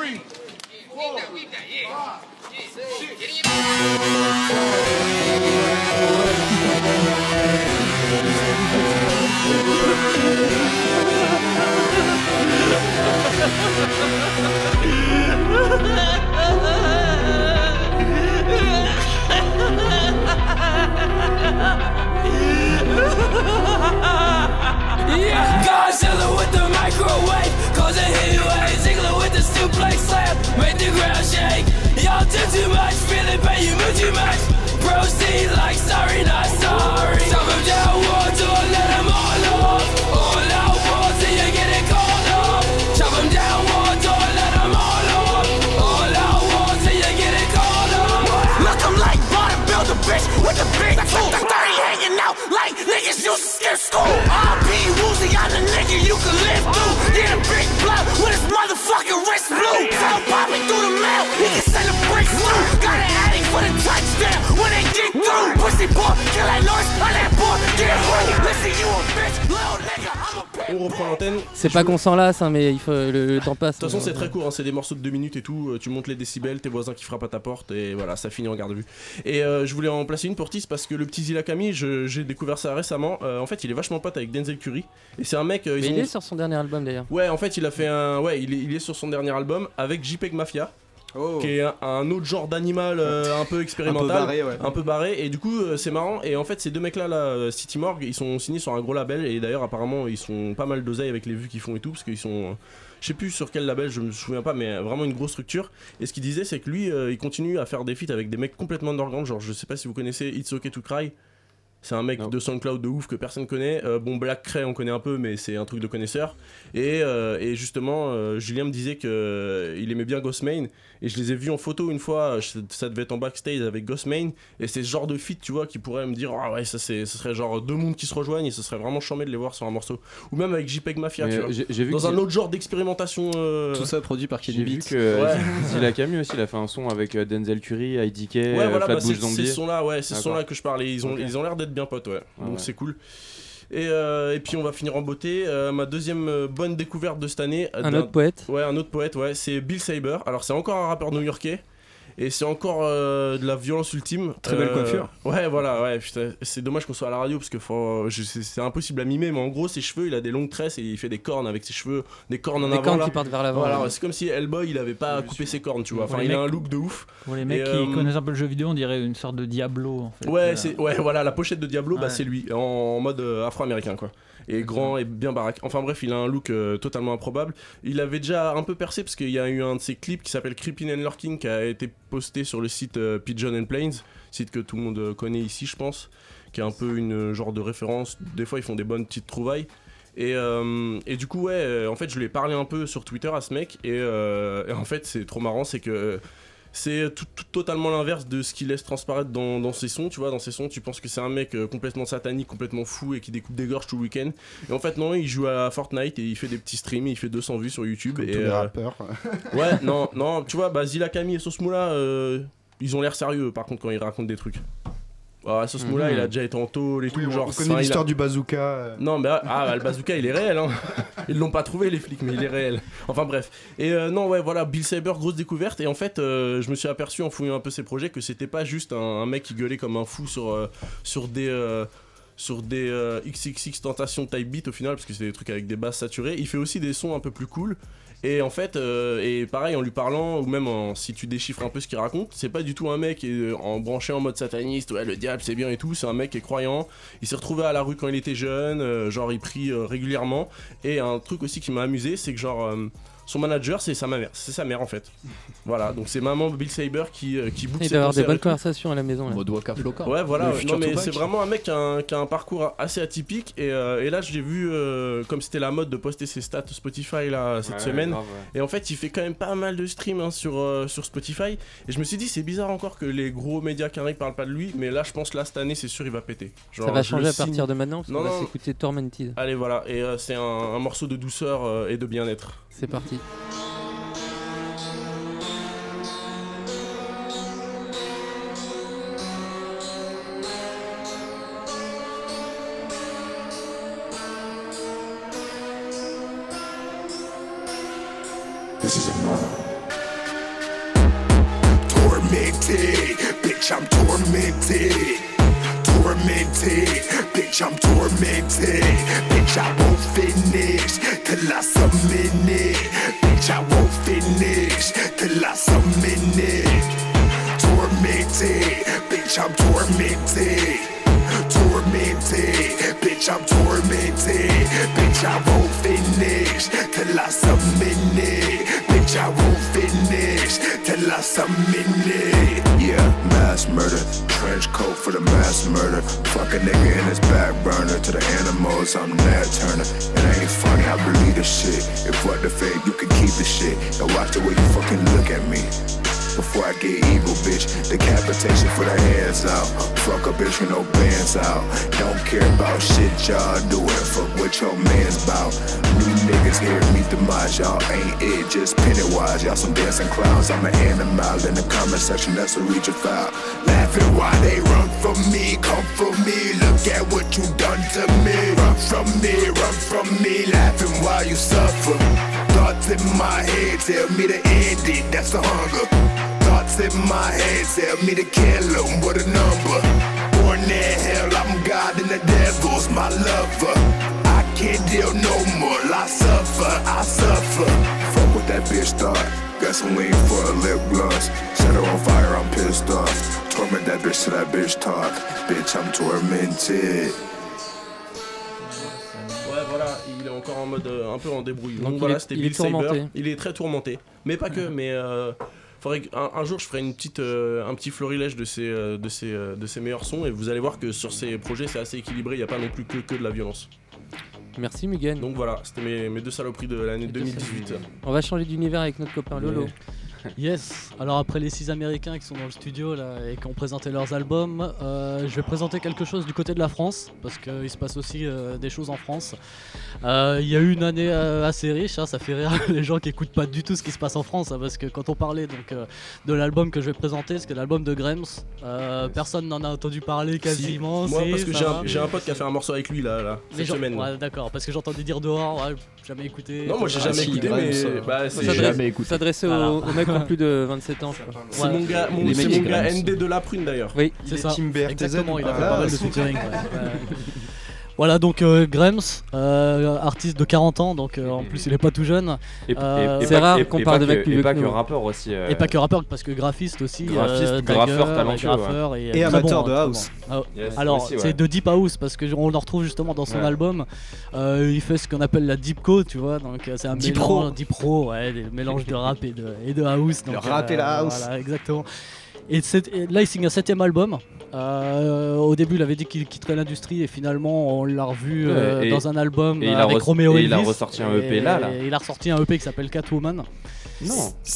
A: Godzilla with the microwave, causing heat waves. Ziggler with the suplex slam, make the ground shake. Y'all do too much, feeling pain, you move too much. Proceed like sorry, not sorry. Stop him down, war, don't let him all off. All out war till you get it called off. Chop him down, war, don't let him all off. All out war till you get it called off. Look, I'm like bodybuilder, bitch, with the big tool. 30 hanging out like niggas used to skip school. R.P. Woozy, I'm the nigga you can live through. Get a big blood with his motherfucking wrist blue. Phone popping through the mail, he can send a bricks through. Got an addict for the touchdown when they get through. Pussy boy, kill that Norris, on that boy, get through. Listen, you a bitch, little nigga, I'm a bitch.
H: On reprend l'antenne.
F: C'est pas qu'on s'en lasse, hein, mais il faut, le temps passe.
H: De toute façon, c'est très court, hein, c'est des morceaux de 2 minutes et tout. Tu montes les décibels, tes voisins qui frappent à ta porte, et voilà, ça finit en garde à vue. Et je voulais en placer une pour Tis parce que le petit Zilla Kami, j'ai découvert ça récemment. En fait, il est vachement pote avec Denzel Curry. Et c'est un mec.
F: Mais il est sur son dernier album d'ailleurs.
H: Ouais, en fait, il a fait un. Ouais, il est sur son dernier album avec JPEG Mafia. Qui est un autre genre d'animal un peu expérimental, un peu barré, et du coup c'est marrant. Et en fait ces deux mecs là, City Morgue, ils sont signés sur un gros label, et d'ailleurs apparemment ils sont pas mal d'oseille avec les vues qu'ils font et tout, parce qu'ils sont je sais plus sur quel label, je me souviens pas, mais vraiment une grosse structure. Et ce qu'il disait, c'est que lui il continue à faire des feats avec des mecs complètement underground, genre je sais pas si vous connaissez It's Okay to Cry. C'est un mec de SoundCloud de ouf que personne connaît. Bon, Black Cray on connaît un peu, mais c'est un truc de connaisseur. Et justement, Julien me disait qu'il aimait bien Ghostmane. Et je les ai vus en photo une fois, ça devait être en backstage avec Ghostmane. Et c'est ce genre de feat, tu vois, qui pourrait me dire ah ouais, ce serait genre deux mondes qui se rejoignent, et ce serait vraiment charmé de les voir sur un morceau. Ou même avec JPEG Mafia, tu vois. J'ai vu dans un autre genre d'expérimentation.
M: Tout ça produit par Kenny Beats.
C: J'ai vu que Zilla Kami aussi, il a fait un son avec Denzel Curry, IDK, Flatbush Zombie.
H: C'est ce son-là, ouais, c'est ce son-là que je parlais. Ils ont l'air d'être bien potes, ouais. Donc c'est cool. Et puis on va finir en beauté. Ma deuxième bonne découverte de cette année.
F: Un autre poète.
H: Ouais, un autre poète, ouais. C'est Bill Saber. Alors c'est encore un rappeur new-yorkais. Et c'est encore de la violence ultime.
M: Très belle coiffure.
H: Ouais, voilà, ouais. Putain, c'est dommage qu'on soit à la radio parce que c'est impossible à mimer. Mais en gros, ses cheveux, il a des longues tresses et il fait des cornes avec ses cheveux, des cornes en avant.
F: Des cornes
H: là.
F: qui partent vers l'avant.
H: Voilà, c'est comme si Hellboy, il avait pas coupé ses cornes, tu vois. Enfin, il a un look de ouf.
G: Pour les mecs qui connaissent un peu le jeu vidéo, on dirait une sorte de Diablo en fait.
H: Ouais, voilà, la pochette de Diablo, bah c'est lui, en mode afro-américain quoi. Et grand et bien baraque. Enfin bref, il a un look totalement improbable. Il avait déjà un peu percé parce qu'il y a eu un de ses clips qui s'appelle Creeping and Lurking qui a été posté sur le site Pigeon and Plains, site que tout le monde connaît ici je pense, qui est un peu une genre de référence. Des fois ils font des bonnes petites trouvailles. Et du coup en fait je lui ai parlé un peu sur Twitter à ce mec et en fait c'est trop marrant, c'est que c'est totalement l'inverse de ce qu'il laisse transparaître dans ses sons, tu vois. Dans ses sons, tu penses que c'est un mec complètement satanique, complètement fou et qui découpe des gorges tout le week-end. Et en fait, non, il joue à Fortnite et il fait des petits streams, il fait 200 vues sur YouTube.
R: Comme
H: et
R: tous les rappeurs.
H: Ouais, non, tu vois, Zilla Kami et Sauce Moula, ils ont l'air sérieux par contre quand ils racontent des trucs. Ah, Sauce Moula, il a déjà été en tôle et tout. Genre,
R: on connaît l'histoire du bazooka.
H: Non, mais le bazooka, il est réel. Hein. Ils l'ont pas trouvé, les flics, mais il est réel. Enfin, bref. Et non, ouais, voilà, Bill Saber, grosse découverte. Et en fait, je me suis aperçu en fouillant un peu ses projets que c'était pas juste un mec qui gueulait comme un fou sur des XXX Tentation type beat au final, parce que c'est des trucs avec des basses saturées. Il fait aussi des sons un peu plus cool. Et en fait, et pareil en lui parlant, ou même si tu déchiffres un peu ce qu'il raconte, c'est pas du tout un mec branché en mode sataniste, ouais le diable c'est bien et tout, c'est un mec qui est croyant, il s'est retrouvé à la rue quand il était jeune, genre il prie régulièrement, et un truc aussi qui m'a amusé, c'est que genre... son manager, c'est sa mère en fait. Voilà, donc c'est maman Bill Saber qui book ses concerts.
F: Il doit avoir des bonnes conversations à la maison.
Q: Mode Waka Flocka.
H: Ouais, voilà. Non, mais c'est vraiment un mec qui a un parcours assez atypique. Et là, j'ai vu, comme c'était la mode de poster ses stats Spotify là, cette semaine. Grave, ouais. Et en fait, il fait quand même pas mal de streams hein, sur Spotify. Et je me suis dit, c'est bizarre encore que les gros médias canadiens parlent pas de lui. Mais là, je pense que là, cette année, c'est sûr, il va péter. Genre,
F: ça va changer à partir de maintenant parce qu'on va s'écouter Tormented.
H: Allez, voilà. Et c'est un morceau de douceur et de bien-être.
F: C'est parti.
E: Tormented, bitch, I'm tormented. Tormented, bitch, I'm tormented. Bitch, I won't finish till I submit it. Bitch, I won't finish till I submit it. Tormented, bitch, I'm tormented. Tormented, bitch, I'm tormented. Bitch, I won't finish till I submit it. Bitch, I won't finish till I submit it. Yeah, mass murder, trench coat for the mass murder. Fuck a nigga in his back burner. To the animals, I'm Nat Turner. It ain't funny, I believe this shit. If what the fake, you can keep the shit. Now watch the way you fucking look at me. Before I get evil, bitch, decapitation for the hands out. Fuck a bitch with no bands out. Don't care about shit y'all doing. Fuck what your man's bout. New niggas here meet the mind. Y'all ain't it, just Pennywise. Y'all some dancing clowns. I'm an animal in the comment section. That's a reach a foul. Laughing while they run from me, come from me. Look at what you done to me. Run from me, run from me. suffer. Thoughts in my head tell me to end it, that's the hunger. Thoughts in my head tell me to kill him, what a number. Born in hell, I'm God and the devil's my lover. I can't deal no more, I suffer. Fuck what that bitch thought. Got some lean for a lip gloss. Set her on fire, I'm pissed off. Torment that bitch till that bitch talk. Bitch, I'm tormented.
H: Ouais, voilà, il est encore en mode un peu en débrouille.
F: Donc
H: voilà,
F: il
H: c'était
F: est
H: Bill
F: tourmenté.
H: Saber. Il est très tourmenté. Mais pas que, mais faudrait qu'un jour je ferai un petit florilège de ses meilleurs sons et vous allez voir que sur ces projets c'est assez équilibré, il n'y a pas non plus que de la violence.
F: Merci Mugen.
H: Donc voilà, c'était mes deux saloperies de l'année 2018.
F: On va changer d'univers avec notre copain Lolo.
K: Yes, alors après les 6 Américains qui sont dans le studio là et qui ont présenté leurs albums, je vais présenter quelque chose du côté de la France parce qu'il se passe aussi des choses en France. Il y a eu une année assez riche, hein, ça fait rire les gens qui écoutent pas du tout ce qui se passe en France, hein, parce que quand on parlait donc, de l'album que je vais présenter, c'est l'album de Grems, personne n'en a entendu parler quasiment.
H: Si. Moi parce que j'ai un pote qui a fait un morceau avec lui là cette semaine.
K: Ouais, d'accord, parce que j'ai entendu dire dehors, ouais, jamais écouté.
H: Non, moi j'ai jamais écouté, mais
F: c'est jamais écouté. S'adresser aux mecs qui ont plus de 27 ans, je crois.
H: C'est mon gars ND de la Prune d'ailleurs.
F: Oui,
K: c'est ça.
R: Timber
K: Exactement, il a fait pas mal de featuring. Voilà donc Grems, artiste de 40 ans, donc en plus il est pas tout jeune.
C: C'est rare qu'on parle de mecs plus vieux que nous. Et pas que rappeur aussi.
K: Et pas que rappeur, parce que graphiste aussi.
C: Graffeur talentueux.
K: Et
R: amateur de house.
K: Alors c'est de Deep House, parce qu'on le retrouve justement dans son album. Il fait ce qu'on appelle la Deepco, tu vois, donc c'est un mélange Deep Pro, ouais, des mélanges de rap et de house.
R: Le rap et la house.
K: Voilà, exactement. Et là il signe un 7ème album. Au début il avait dit qu'il quitterait l'industrie et finalement on l'a revu dans un album avec Romeo Elvis.
C: Et il a ressorti un EP là.
K: Il a ressorti un EP qui s'appelle Catwoman.
C: Non,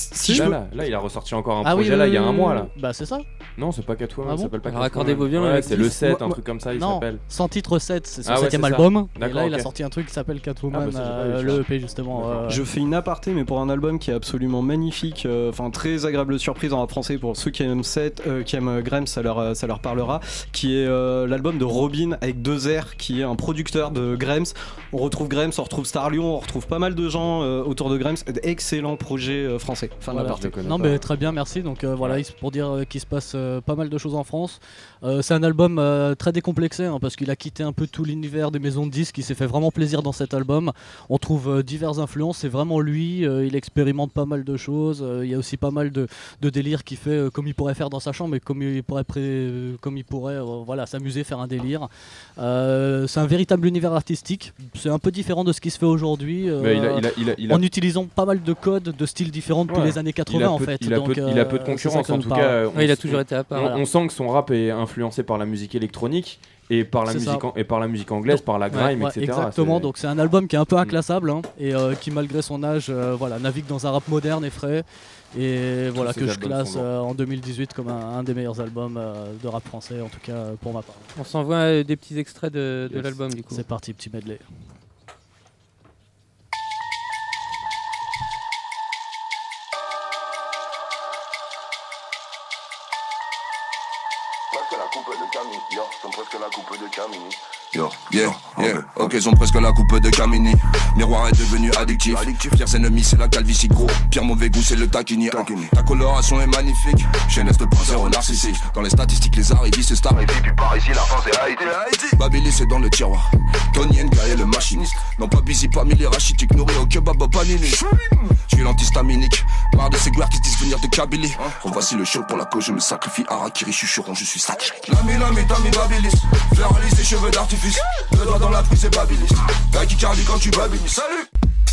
C: là il a ressorti encore un projet il y a un mois là.
K: Bah c'est ça.
C: Non, c'est pas Catwoman, ça s'appelle pas Catwoman.
F: Raccordez vos violons,
C: c'est le 7, un truc comme ça, il s'appelle.
K: Sans titre 7, c'est son 7ème album. Et là il a sorti un truc qui s'appelle Catwoman, le EP justement.
M: Je fais une aparté, mais pour un album qui est absolument magnifique, enfin très agréable surprise en rap français pour ceux qui aiment Grems, ça leur parlera, qui est l'album de Robin avec 2 R, qui est un producteur de Grems. On retrouve Grems, on retrouve Starlion, on retrouve pas mal de gens autour de Grems. Excellent projet français. Fin de l'aparté.
K: Non mais très bien, merci. Donc voilà, pour dire qu'il se passe pas mal de choses en France. C'est un album très décomplexé, hein, parce qu'il a quitté un peu tout l'univers des maisons de disques. Il s'est fait vraiment plaisir dans cet album. On trouve diverses influences, c'est vraiment lui. Il expérimente pas mal de choses. Il y a aussi pas mal de délires qu'il fait comme il pourrait faire dans sa chambre, et comme il pourrait voilà, s'amuser, faire un délire. C'est un véritable univers artistique. C'est un peu différent de ce qui se fait aujourd'hui, en utilisant pas mal de codes, de styles différents depuis les années 80 en fait.
C: Il a peu de concurrence en tout cas.
F: Il a toujours été à part.
C: On sent que son rap est influencé par la musique électronique et par la musique anglaise, par la grime, etc.
K: Exactement, donc c'est un album qui est un peu inclassable, hein, et qui malgré son âge navigue dans un rap moderne et frais, et voilà, que je classe en 2018 comme un des meilleurs albums de rap français, en tout cas pour ma part.
F: On s'envoie des petits extraits de l'album du coup.
K: C'est parti, petit medley.
O: Sont presque la coupe de Camini. Yo, ok, sont presque la coupe de Camini. Miroir est devenu addictif. Pire ennemi, c'est la calvitie, gros. Pire mauvais goût, c'est le taquini. Ta coloration est magnifique. Jeunesse de zéro narcissique. Dans les statistiques, les arrivistes, c'est star. Et puis par ici, la France est Haïti. Babili, c'est dans le tiroir. Tony Ngaye, le machiniste. Non, pas busy, pas mis les rachitiques. Nourri au kebab, panini. Je suis l'antistaminique. Marre de ces guerres qui se disent venir de Kabylie. Voici le show pour la cause, je me sacrifie. Harakiri, chuchuron, je suis satirique. L'ami, Tami, Babilis. Ferralis, les cheveux d'artifice. Le doigt dans la prise, c'est Babilis. Qui cardi quand tu babilis. Salut!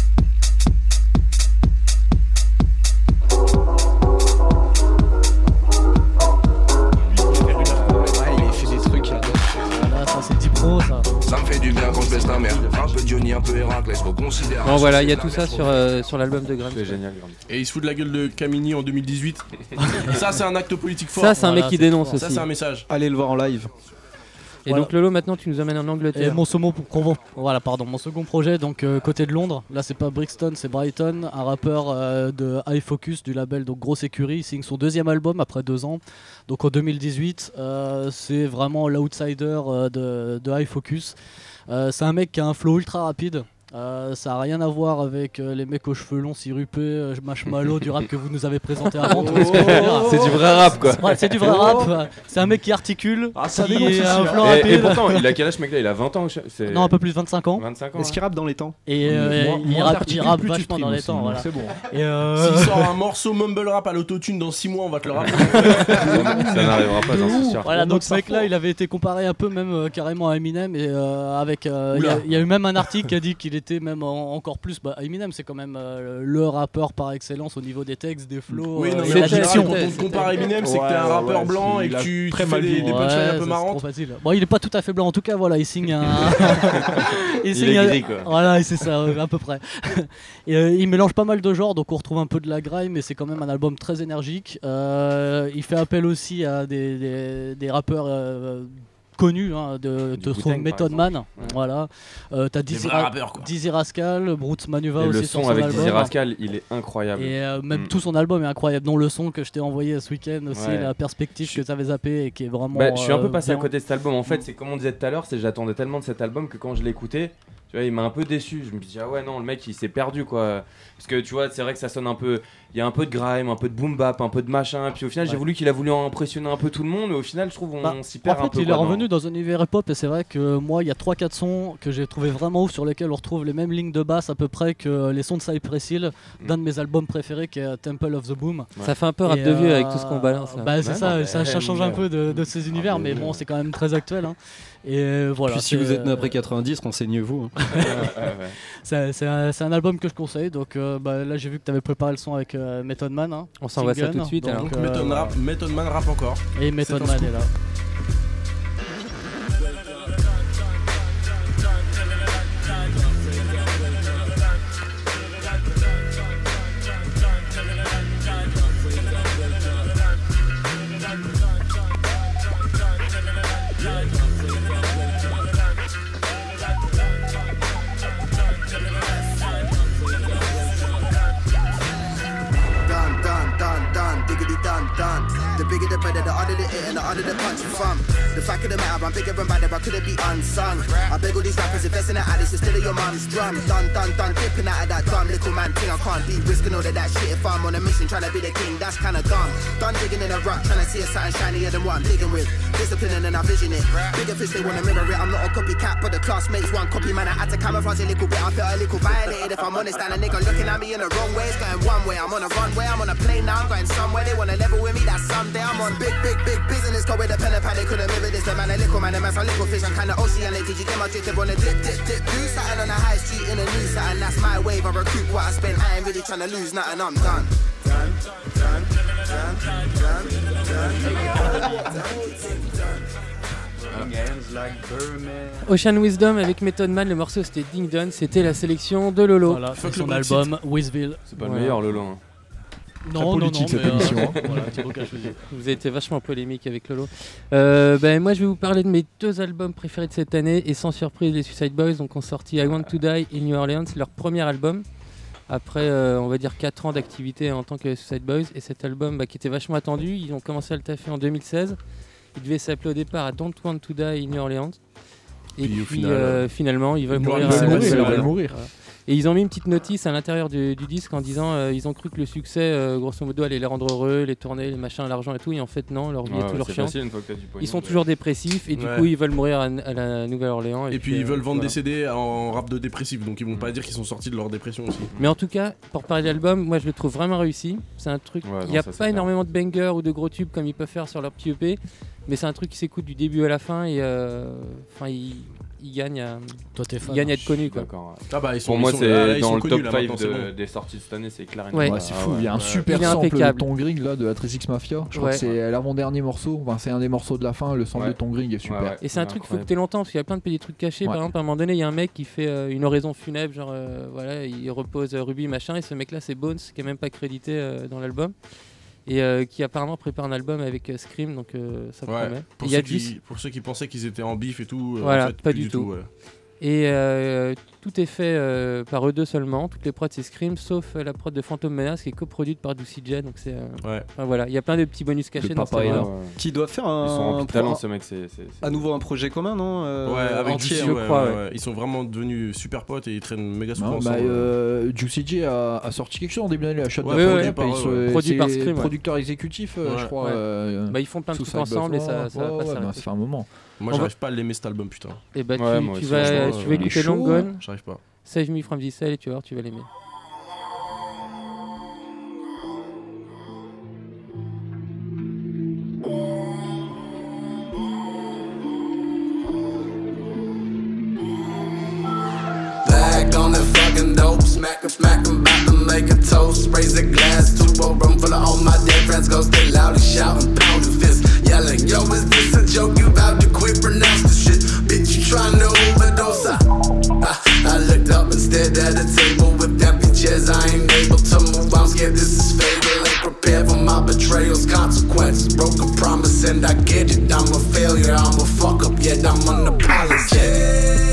M: Il fait des trucs là.
K: Voilà, ça c'est Deep Pro, ça.
O: Ça me fait du bien quand je baisse ta mère. Un peu Johnny, un peu Héraclès, faut considérer.
F: Bon voilà, il y a tout ça sur l'album de Grems.
C: C'est génial.
H: Et il se fout de la gueule de Camini en 2018. Ça, c'est un acte politique fort.
F: Ça, c'est un mec qui dénonce aussi.
H: Ça, c'est un message.
M: Allez le voir en live.
F: Et donc Lolo, maintenant tu nous amènes en Angleterre.
K: Et mon second projet, donc côté de Londres, là c'est pas Brixton, c'est Brighton, un rappeur de High Focus du label, donc Grosse Écurie. Il signe son 2e album après 2 ans, donc en 2018. C'est vraiment l'outsider de High Focus. C'est un mec qui a un flow ultra rapide, Ça a rien à voir avec les mecs aux cheveux longs, sirupés, marshmallow du rap que vous nous avez présenté avant.
C: C'est du vrai rap quoi.
K: Ouais, c'est du vrai rap. C'est un mec qui articule, qui est un plan rapide.
C: Et pourtant, il a quel âge ce mec là? Il a 20 ans.
K: Non, un peu plus de 25 ans.
C: 25 ans.
D: Est-ce qu'il rappe dans les temps?
K: Et il rappe vachement dans les temps. Voilà.
D: C'est bon.
H: S'il sort un morceau mumble rap à l'autotune dans 6 mois, on va te le rappeler.
C: Ça n'arrivera pas, j'en suis sûr.
K: Voilà, donc ce mec-là, il avait été comparé un peu même carrément à Eminem et avec il y a eu même un article qui a dit qu'il était même encore plus. Eminem, c'est quand même le rappeur par excellence au niveau des textes, des flows.
H: Oui, non, mais quand on te compare à Eminem, c'est que t'es un rappeur blanc et que tu fais des punchlines un peu marrantes.
K: Bon, il est pas tout à fait blanc. En tout cas, voilà, il signe un.
C: il est gris, quoi.
K: Voilà, c'est ça, à peu près. Et il mélange pas mal de genres, donc on retrouve un peu de la grime, mais c'est quand même un album très énergique. Il fait appel aussi à des rappeurs connus, de Method Man. Voilà. T'as Dizzy Rascal, Brutes Manuva aussi sur son album.
C: Le son avec Dizzy Rascal, il est incroyable.
K: Et même tout son album est incroyable, dont le son que je t'ai envoyé ce week-end aussi, la perspective que t'avais zappé et qui est vraiment.
C: Je suis un peu passé à côté de cet album. En fait, c'est comme on disait tout à l'heure, j'attendais tellement de cet album que quand je l'écoutais, tu vois, il m'a un peu déçu. Je me dis, ah ouais, non, le mec il s'est perdu quoi. Parce que tu vois, c'est vrai que ça sonne un peu. Il y a un peu de grime, un peu de boom bap, un peu de machin. Puis au final, j'ai voulu qu'il a voulu impressionner un peu tout le monde. Mais au final, je trouve on s'y perd un peu.
K: En fait, il est revenu dans un univers hip-hop. Et c'est vrai que moi, il y a 3-4 sons que j'ai trouvé vraiment ouf sur lesquels on retrouve les mêmes lignes de basse à peu près que les sons de Cypress Hill d'un de mes albums préférés qui est Temple of the Boom.
F: Ça fait un peu rap de vieux avec tout ce qu'on balance.
K: C'est ça change un peu de ces univers. Mais bon, c'est quand même très actuel. Et voilà.
D: Puis si vous êtes né après 90, renseignez-vous.
K: C'est un album que je conseille. Donc là, j'ai vu que tu avais préparé le son avec Method Man.
F: On s'envoie ça tout de suite.
H: Donc Method Man rappe encore.
K: Et Method Man est là.
O: The bigger the better, the harder the hit and the harder the punch from. The fact of the matter, I'm bigger and badder, but couldn't be unsung. I beg all these rappers, invest in the Alice instead of your mom's drum. Done, dipping out of that dumb little man thing. I can't be risking all of that shit if I'm on a mission trying to be the king. That's kinda dumb. Done digging in a rock, trying to see a something shinier than what I'm digging with. Discipline and then I vision it. Bigger fish, they wanna mirror it. I'm not a copycat, but the classmates one copy, man. I had to camouflage a little bit. I felt a little violated if I'm honest. And a nigga looking at me in the wrong way. It's going one way. I'm on a runway, I'm on a plane now. I'm going somewhere. They wanna level with me. That's someday. I'm on big business. Go with a pen and pad. They couldn't mirror this. The man a little man, the man's a little fish. I'm kinda oceanic. Did you get my drip? On a dip. Do something on the high street in a new something. That's my wave. I recoup what I spend. I ain't really trying to lose nothing. I'm done.
F: Ocean Wisdom avec Method Man, le morceau c'était Ding Dong, c'était la sélection de Lolo.
K: Voilà, c'est son album Wizville.
C: C'est pas le meilleur Lolo.
K: Non,
Q: cette émission.
K: Voilà, Thibaut qui a choisi.
F: Vous avez été vachement polémique avec Lolo. Moi je vais vous parler de mes 2 albums préférés de cette année et sans surprise les Suicide Boys donc ont sorti I Want to Die in New Orleans, leur premier album. Après on va dire 4 ans d'activité en tant que Suicide Boys et cet album qui était vachement attendu, ils ont commencé à le taffer en 2016. Il devait s'appeler au départ à Don't Want to Die in New Orleans. Et puis finalement ils veulent mourir.
Q: Mourir.
F: Et ils ont mis une petite notice à l'intérieur du disque en disant ils ont cru que le succès grosso modo allait les rendre heureux, les tournées, les machins, l'argent et tout, et en fait non, leur vie est toujours chiante. Ils sont toujours dépressifs et du coup ils veulent mourir à la Nouvelle-Orléans.
H: Et puis ils veulent vendre des CD en rap de dépressif, donc ils vont pas dire qu'ils sont sortis de leur dépression aussi.
F: Mais en tout cas, pour parler de l'album, moi je le trouve vraiment réussi. C'est un truc, il n'y a pas énormément de bangers ou de gros tubes comme ils peuvent faire sur leur petit EP, mais c'est un truc qui s'écoute du début à la fin et il gagne à être connu quoi.
C: Pour moi c'est dans le top 5 des sorties de cette année, c'est clair.
Q: C'est fou, il y a un super sample de Tongring là de Atrix Mafia. Je crois que c'est l'avant-dernier morceau, c'est un des morceaux de la fin, le sample de Tongring est super.
F: Et c'est un truc qu'il faut écouter longtemps parce qu'il y a plein de petits trucs cachés. Par exemple à un moment donné il y a un mec qui fait une oraison funèbre, genre il repose Ruby machin, et ce mec là c'est Bones qui est même pas crédité dans l'album. Et qui apparemment prépare un album avec Scream, donc ça promet.
H: Pour ceux qui pensaient qu'ils étaient en bif et tout,
F: voilà,
H: en fait,
F: pas du tout. Et tout est fait par eux deux seulement. Toutes les prods c'est Scream, sauf la prod de Phantom Menace qui est coproduite par Doucy J. Donc c'est. Enfin, voilà, il y a plein de petits bonus cachés dans cette
M: Qui doit faire un.
C: Ils sont remplis de talent, ce mec. C'est
M: à nouveau un projet commun, non
H: avec
M: entier,
H: Juicy,
M: je crois.
H: Ils sont vraiment devenus super potes et ils traînent méga souvent
Q: Non,
H: ensemble.
Q: Juicy J a sorti quelque chose en début d'année, la Shot
F: produit par Scream,
Q: producteur exécutif, je crois.
F: Ils font plein de trucs ensemble et ça passe.
Q: Ça fait un moment.
H: Moi, j'arrive pas à l'aimer cet album, putain.
F: Et bah, tu vas écouter Long Gone.
H: J'arrive pas.
F: Save Me From This Hell et tu vas voir, tu vas l'aimer.
O: Back on that fucking dope, smack 'em, back to make a toast. Raise a glass, 2-4 rum full of all my dead friends. Go stay loudly shouting, pounding fists, yelling, yo, is this a joke? You about to quit, pronounce the shit. Bitch, you trying to overdose? I looked up and stared at the table with empty chairs. I ain't able to move, I'm scared this is fatal. Ain't prepared for my betrayals, consequences. Broken promise and I get it. I'm a failure, I'm a fuck up, yet I'm unapologetic.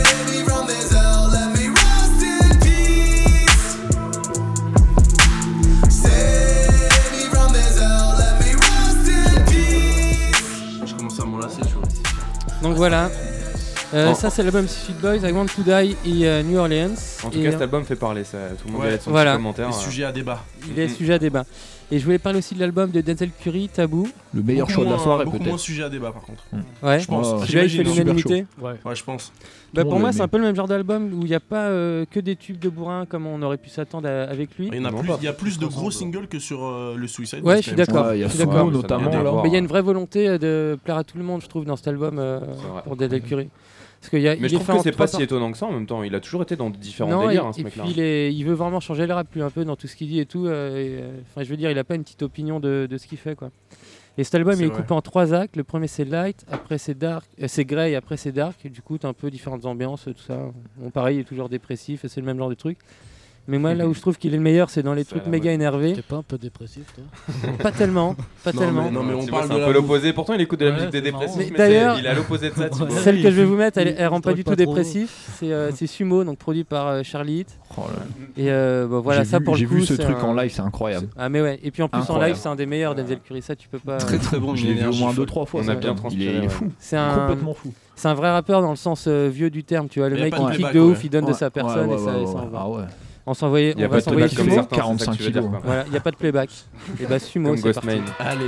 F: Donc voilà, ça c'est l'album Suicide Boys, I Want to Die et New Orleans.
C: En tout cas, cet album fait parler, ça, tout le monde a son
F: voilà.
C: petit commentaire.
H: Les sujets à débat.
F: Il est sujet à débat. Et je voulais parler aussi de l'album de Denzel Curry, Taboo.
Q: Le meilleur choix de la soirée,
H: beaucoup
Q: peut-être.
H: moins sujet à débat, par contre.
F: Ouais,
H: je pense.
F: Celui-là, il fait l'unanimité.
H: Ouais, je pense.
F: Bah pour moi, c'est un peu le même genre d'album où il n'y a pas que des tubes de bourrin comme on aurait pu s'attendre avec lui.
H: Il y a plus de gros singles que sur le Suicide.
F: Ouais, je suis d'accord.
Q: Il y a Fou, notamment.
F: Mais il y a une vraie volonté de plaire à tout le monde, je trouve, dans cet album pour Denzel Curry. Parce qu'il y a,
C: mais je trouve que c'est pas si étonnant que ça en même temps. Il a toujours été dans différents délires, ce mec-là.
F: Et puis il veut vraiment changer le rap un peu dans tout ce qu'il dit et tout. Enfin, je veux dire, il a pas une petite opinion de ce qu'il fait, quoi. Et cet album, il est coupé en 3 actes. Le premier, c'est Light, après c'est Dark, c'est Grey, après c'est Dark. Et du coup, t'as un peu différentes ambiances, tout ça. Bon, pareil, il est toujours dépressif, et c'est le même genre de truc. Mais moi, là où je trouve qu'il est le meilleur, c'est dans les trucs méga énervés.
K: T'es pas un peu dépressif, toi?
F: Pas tellement, pas tellement.
H: Non, mais on parle
C: c'est un peu l'opposé. Pourtant, il écoute de la musique des dépressifs, mais
F: d'ailleurs,
C: il est à l'opposé de ça.
F: Celle que je vais vous mettre, elle rend pas du tout dépressif. C'est Sumo, donc produit par Charlie Heat. Et voilà, ça pour le coup.
Q: J'ai vu ce truc en live, c'est incroyable.
F: Ah mais ouais. Et puis en plus en live, c'est un des meilleurs Denzel Curry. Ça, tu peux pas.
M: Très très bon.
Q: Je l'ai vu au moins 2-3 fois.
C: On a bien transpiré.
Q: Il est fou. Complètement fou.
F: C'est un vrai rappeur dans le sens vieux du terme. Tu vois, le mec qui kick de ouf, il donne de sa personne et ça envoie. On va s'envoyer Sumo.
Q: 45 kilos.
F: Voilà, il n'y a pas de playback. Et bah Sumo, c'est parti.
H: Allez,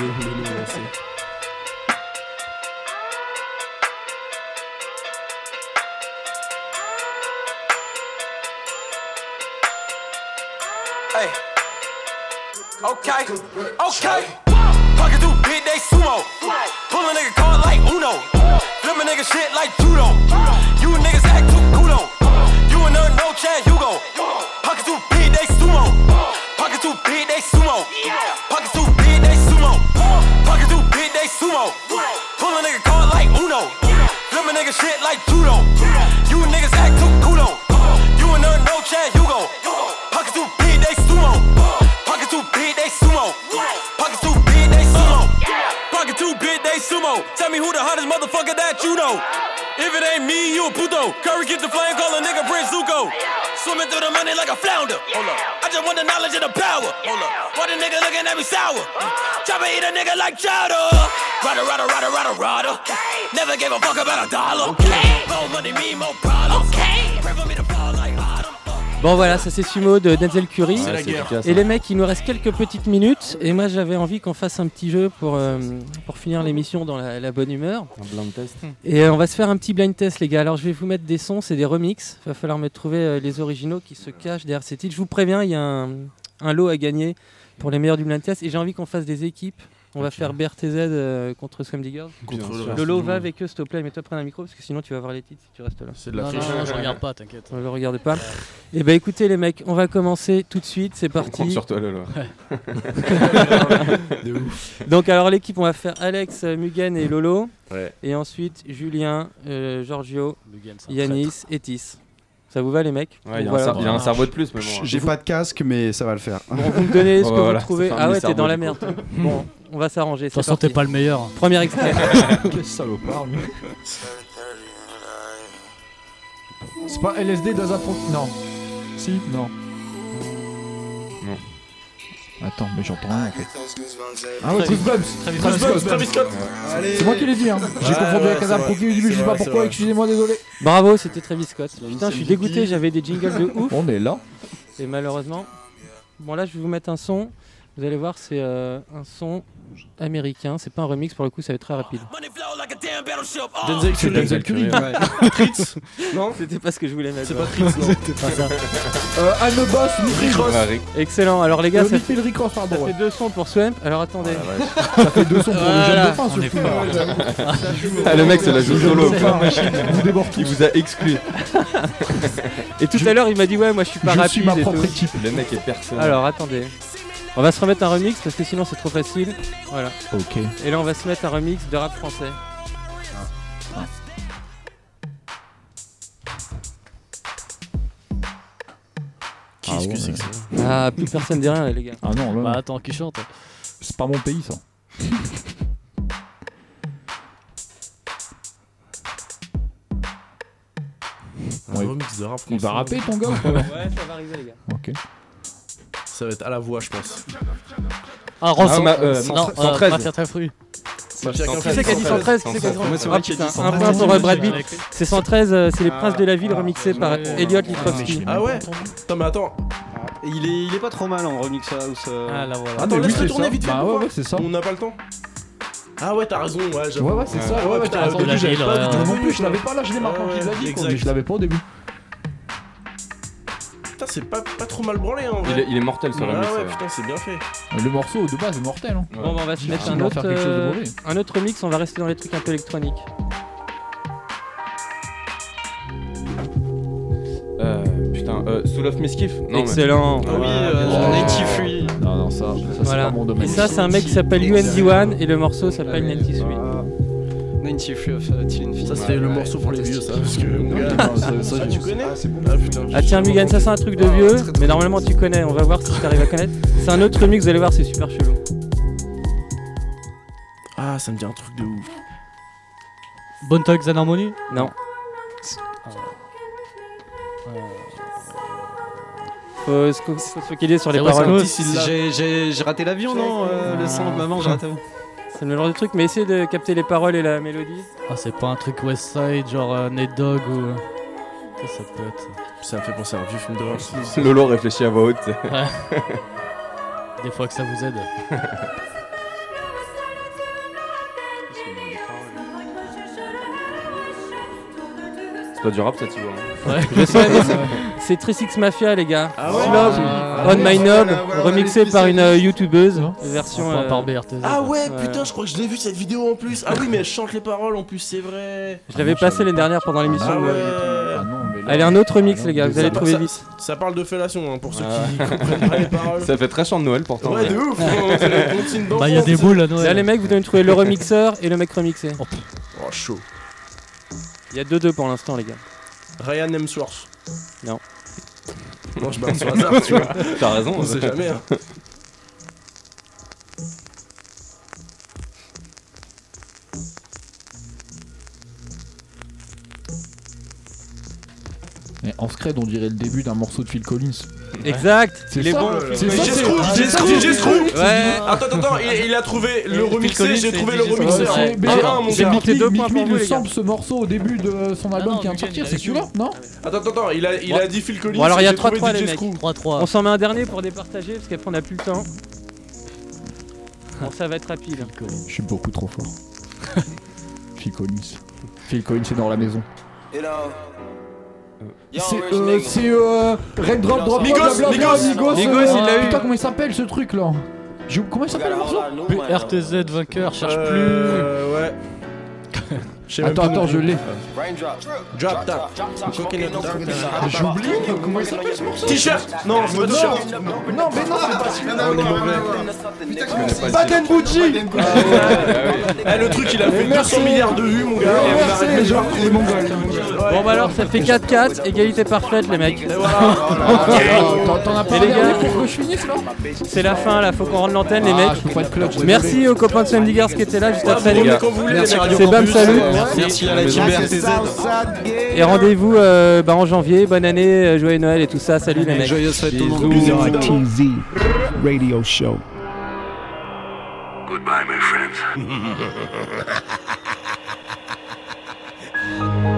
O: Hey. Okay. Pocket too big, they sumo. Pull a nigga card like Uno. Flip a nigga shit like judo. You niggas act too kudo. You and her no Chad Hugo. Pocket too big, they sumo. Pocket too big, they sumo. Pocket too big, they sumo. Pocket too big, they sumo. Pull a nigga card like Uno. Flip a nigga shit like judo. You niggas act too kudo. You and her no Chad Hugo. Pocket too big, they sumo. Pocket too big, they sumo. Pocket too big, they sumo. Pocket too big, they sumo. Tell me who the hottest motherfucker that you know. If it ain't me, you a puto. Curry get the flame, call a nigga Prince Zuko. Swimming through the money like a flounder. Hold up. I just want the knowledge and the power. Hold up. Why the nigga looking at me sour? Try to eat a nigga like chowder. Rada. Never gave a fuck about a dollar. More money, me, more problems. Pray for me to fall like autumn.
F: Bon voilà, ça c'est Sumo de Denzel Curry.
H: C'est la guerre.
F: Et les mecs, il nous reste quelques petites minutes. Et moi j'avais envie qu'on fasse un petit jeu pour finir l'émission dans la bonne humeur.
C: Un blind test.
F: Et on va se faire un petit blind test les gars. Alors je vais vous mettre des sons, c'est des remixes. Il va falloir me trouver les originaux qui se cachent derrière ces titres. Je vous préviens, il y a un lot à gagner pour les meilleurs du blind test. Et j'ai envie qu'on fasse des équipes. On va faire BRTZ contre Scum Girls. Lolo, va avec eux s'il te plaît, mets-toi près d'un micro parce que sinon tu vas voir les titres si tu restes là.
H: C'est de la triche.
K: Non, je regarde pas, t'inquiète.
F: Ne le regarde pas. Et bah écoutez les mecs, on va commencer tout de suite, c'est parti.
C: On compte sur toi Lolo.
F: De ouf. Donc alors l'équipe, on va faire Alex, Mugen et Lolo.
C: Ouais.
F: Et ensuite Julien, Giorgio, Yanis et Tis. Ça vous va les mecs?
C: Ouais, il y a un cerveau de plus mais bon.
R: J'ai pas de casque mais ça va le faire.
F: Bon, vous me donnez ce que vous trouvez. Ah ouais, t'es dans la merde. Bon, on va s'arranger.
K: De toute façon, t'es pas le meilleur.
F: Premier extrait.
Q: Quel salopard lui. C'est pas LSD d'Azaproc. Non. Si. Non.
C: Non.
Q: Attends, mais j'entends rien en fait. Ah ouais, Travis Scott. C'est moi qui l'ai dit, hein. J'ai confondu avec Azaproc au début, je sais pas pourquoi, excusez-moi, désolé.
F: Bravo, c'était Travis Scott. Putain, je suis dégoûté, j'avais des jingles de ouf.
Q: On est là.
F: Et malheureusement. Bon, là, je vais vous mettre un son. Vous allez voir, c'est un son américain. C'est pas un remix, pour le coup, ça va être très rapide.
H: Denzel Curry. Tritz. Non,
F: c'était pas ce que je voulais mettre.
H: C'est pas Tritz, non.
F: C'était pas ça.
Q: I'm a boss, Rick Ross.
F: Excellent. Alors, les gars, ça fait
Q: Rick Ross, pardon.
F: Ça fait 2 sons pour Swamp. Alors, attendez.
Q: Ça fait 2 sons pour le jeune de fin, surtout.
C: Ah, le mec, c'est la joue solo.
Q: Il
C: vous a exclu.
F: Et tout à l'heure, il m'a dit, ouais, moi, je suis pas rapide.
Q: Je suis ma propre équipe.
C: Le mec est personne.
F: Alors, attendez. On va se remettre un remix parce que sinon c'est trop facile. Voilà.
Q: Ok.
F: Et là on va se mettre un remix de rap français.
H: Qu'est-ce que c'est que ça?
F: Ah, plus personne dit rien les gars.
Q: Ah non, là.
K: Bah attends, qui chante?
Q: C'est pas mon pays ça.
H: Un remix de rap français.
Q: Il va rapper ton gars ou pas?
F: Ouais, ça va arriver les gars.
Q: Ok.
H: Ça va être à la voix, je pense.
K: Ah, Rançon.
F: Non,
C: 113.
K: Mafia très fruit.
F: Qui c'est qui a dit 113? Qui c'est qui a dit 113?
K: Moi, c'est moi qui ai dit 113.
F: Un point pour Brad Pitt. C'est 113, c'est les Princes de la Ville remixés par Elliot Litowski.
H: Ah ouais? Attends, mais attends.
D: Il est pas trop mal en remix ça.
K: Ah là voilà.
H: Attends, laisse-le tourner vite fait.
Q: Bah ouais, c'est ça.
H: On n'a pas le temps. Ah ouais, t'as raison, ouais, j'avoue.
Q: Ouais, c'est ça. Ouais, t'as raison.
K: la ville,
Q: Pas du tout
K: ouais.
Q: non plus, je l'avais pas là, je l'ai maintenant qu'il l'a dit, quoi, mais je l'avais pas au début.
H: Putain, c'est pas trop mal branlé en vrai.
C: Il est mortel sur la
H: Ah
C: mix.
H: ouais, putain, c'est bien fait.
Q: Le morceau de base est mortel. Hein.
F: Bon, bah, on va se mettre
Q: on va faire quelque chose de mauvais.
F: un autre remix, on va rester dans les trucs un peu électroniques.
C: Putain, Soul of Mischief. Non,
F: excellent.
D: Ah oui, 93.
Q: Non, ça c'est
F: Voilà.
Q: pas mon domaine.
F: Et ça, c'est un mec qui s'appelle UND1 et le morceau s'appelle 93.
D: 93 of Till Infinity.
H: Ça, c'était le morceau pour les vieux, ça. Parce que mon gars, ça, tu connais? Ah putain.
F: Ah tiens Mugan, ça c'est un truc de vieux, mais normalement tu connais, on va voir si tu arrives à connaître. C'est un autre remix, vous allez voir, c'est super chelou.
H: Ah, ça me dit un truc de ouf.
K: Bone Thugs and Harmony?
F: Non. Faut se focaliser sur les paroles.
D: J'ai raté l'avion, non? Le son de maman, j'ai raté.
F: C'est le genre de truc, mais essayez de capter les paroles et la mélodie.
K: Ah, c'est pas un truc Westside, genre Nate Dogg ou. Ça peut être.
H: Ça me fait penser à un vieux film d'horreur.
C: Lolo réfléchit à voix haute.
K: Ouais. Des fois que ça vous aide.
C: C'est pas du rap ça, tu vois.
F: Ouais. Je sais, mais c'est 36 Mafia, les gars.
H: Ah ouais.
F: Love, On My Knob, remixé par une youtubeuse, version
K: par BRTZ.
H: Ah ouais, putain, je crois que je l'ai vu cette vidéo en plus. Ah oui, mais elle chante les paroles en plus, c'est vrai.
F: Je l'avais passé l'année dernière pendant l'émission.
H: Ah ouais.
F: Allez, un autre remix, les gars, vous allez trouver vite.
H: Ça parle de fellation, hein, pour ceux qui comprennent pas les paroles.
C: Ça fait très chant de Noël pourtant.
H: Ouais, de ouf.
K: Bah, y a des boules à Noël.
F: Là, les mecs, vous devez trouver le remixeur et le mec remixé.
H: Oh, chaud.
F: Il y a 2-2 pour l'instant, les gars.
H: Ryan Hemsworth.
F: Non.
H: Non, je balance au hasard, tu vois.
C: T'as raison,
H: on sait jamais. Hein.
Q: Mais en scred, on dirait le début d'un morceau de Phil Collins.
F: Exact,
Q: c'est
F: il est
Q: ça,
F: bon.
Q: C'est
H: DJ Screw.
F: Ouais.
H: Attends, il a trouvé le remixé, j'ai trouvé le remixeur.
F: J'ai mis 2 points pour vous,
Q: le
F: les gars.
Q: sample ce morceau au début de son album qui vient de sortir, c'est celui-là, non?
H: Attends, il a dit Phil Collins.
F: Bon, alors il y a
H: j'ai trouvé
F: 3-3
H: DJ
F: les mecs.
H: Screw.
K: 3-3.
F: On s'en met un dernier pour départager parce qu'après on a plus le temps. Bon, ça va être rapide.
Q: Je suis beaucoup trop fort. Phil Collins. Phil Collins est dans la maison. C'est Red Drop Drop
H: Migos,
Q: Migos,
F: il l'a eu.
Q: Putain, comment il s'appelle ce truc là? Comment il s'appelle le morceau?
K: RTZ vainqueur, cherche plus.
H: Ouais.
Q: Attends, je l'ai.
H: Drop top.
Q: J'oublie. Comment il s'appelle ce morceau?
H: T-shirt. Non, c'est pas t-shirt.
Q: Non, mais non, c'est pas celui-là.
H: On est mauvais.
Q: Baden Bougie.
H: Eh, le truc, il a fait 200 milliards de vues, mon gars.
Q: Merci, genre les Mongols.
F: Bon bah alors ça fait 4-4, égalité parfaite les mecs.
Q: T'en as pas
F: les gars,
Q: pour que je finisse là?
F: c'est la fin là, faut qu'on rende l'antenne les mecs.
Q: Je peux pas être clutch.
F: Merci aux copains de Sandy Girls qui étaient là juste après
H: les
F: les
H: gars.
F: gars.
H: Quand vous voulez,
F: C'est Bam, salut.
D: Merci à la team RTZ.
F: Et rendez-vous en janvier. Bonne année, joyeux Noël et tout ça. Salut les mecs.
D: Joyeuse fête tout le monde.
E: Music TZ Radio Show.
I: Goodbye, my friends.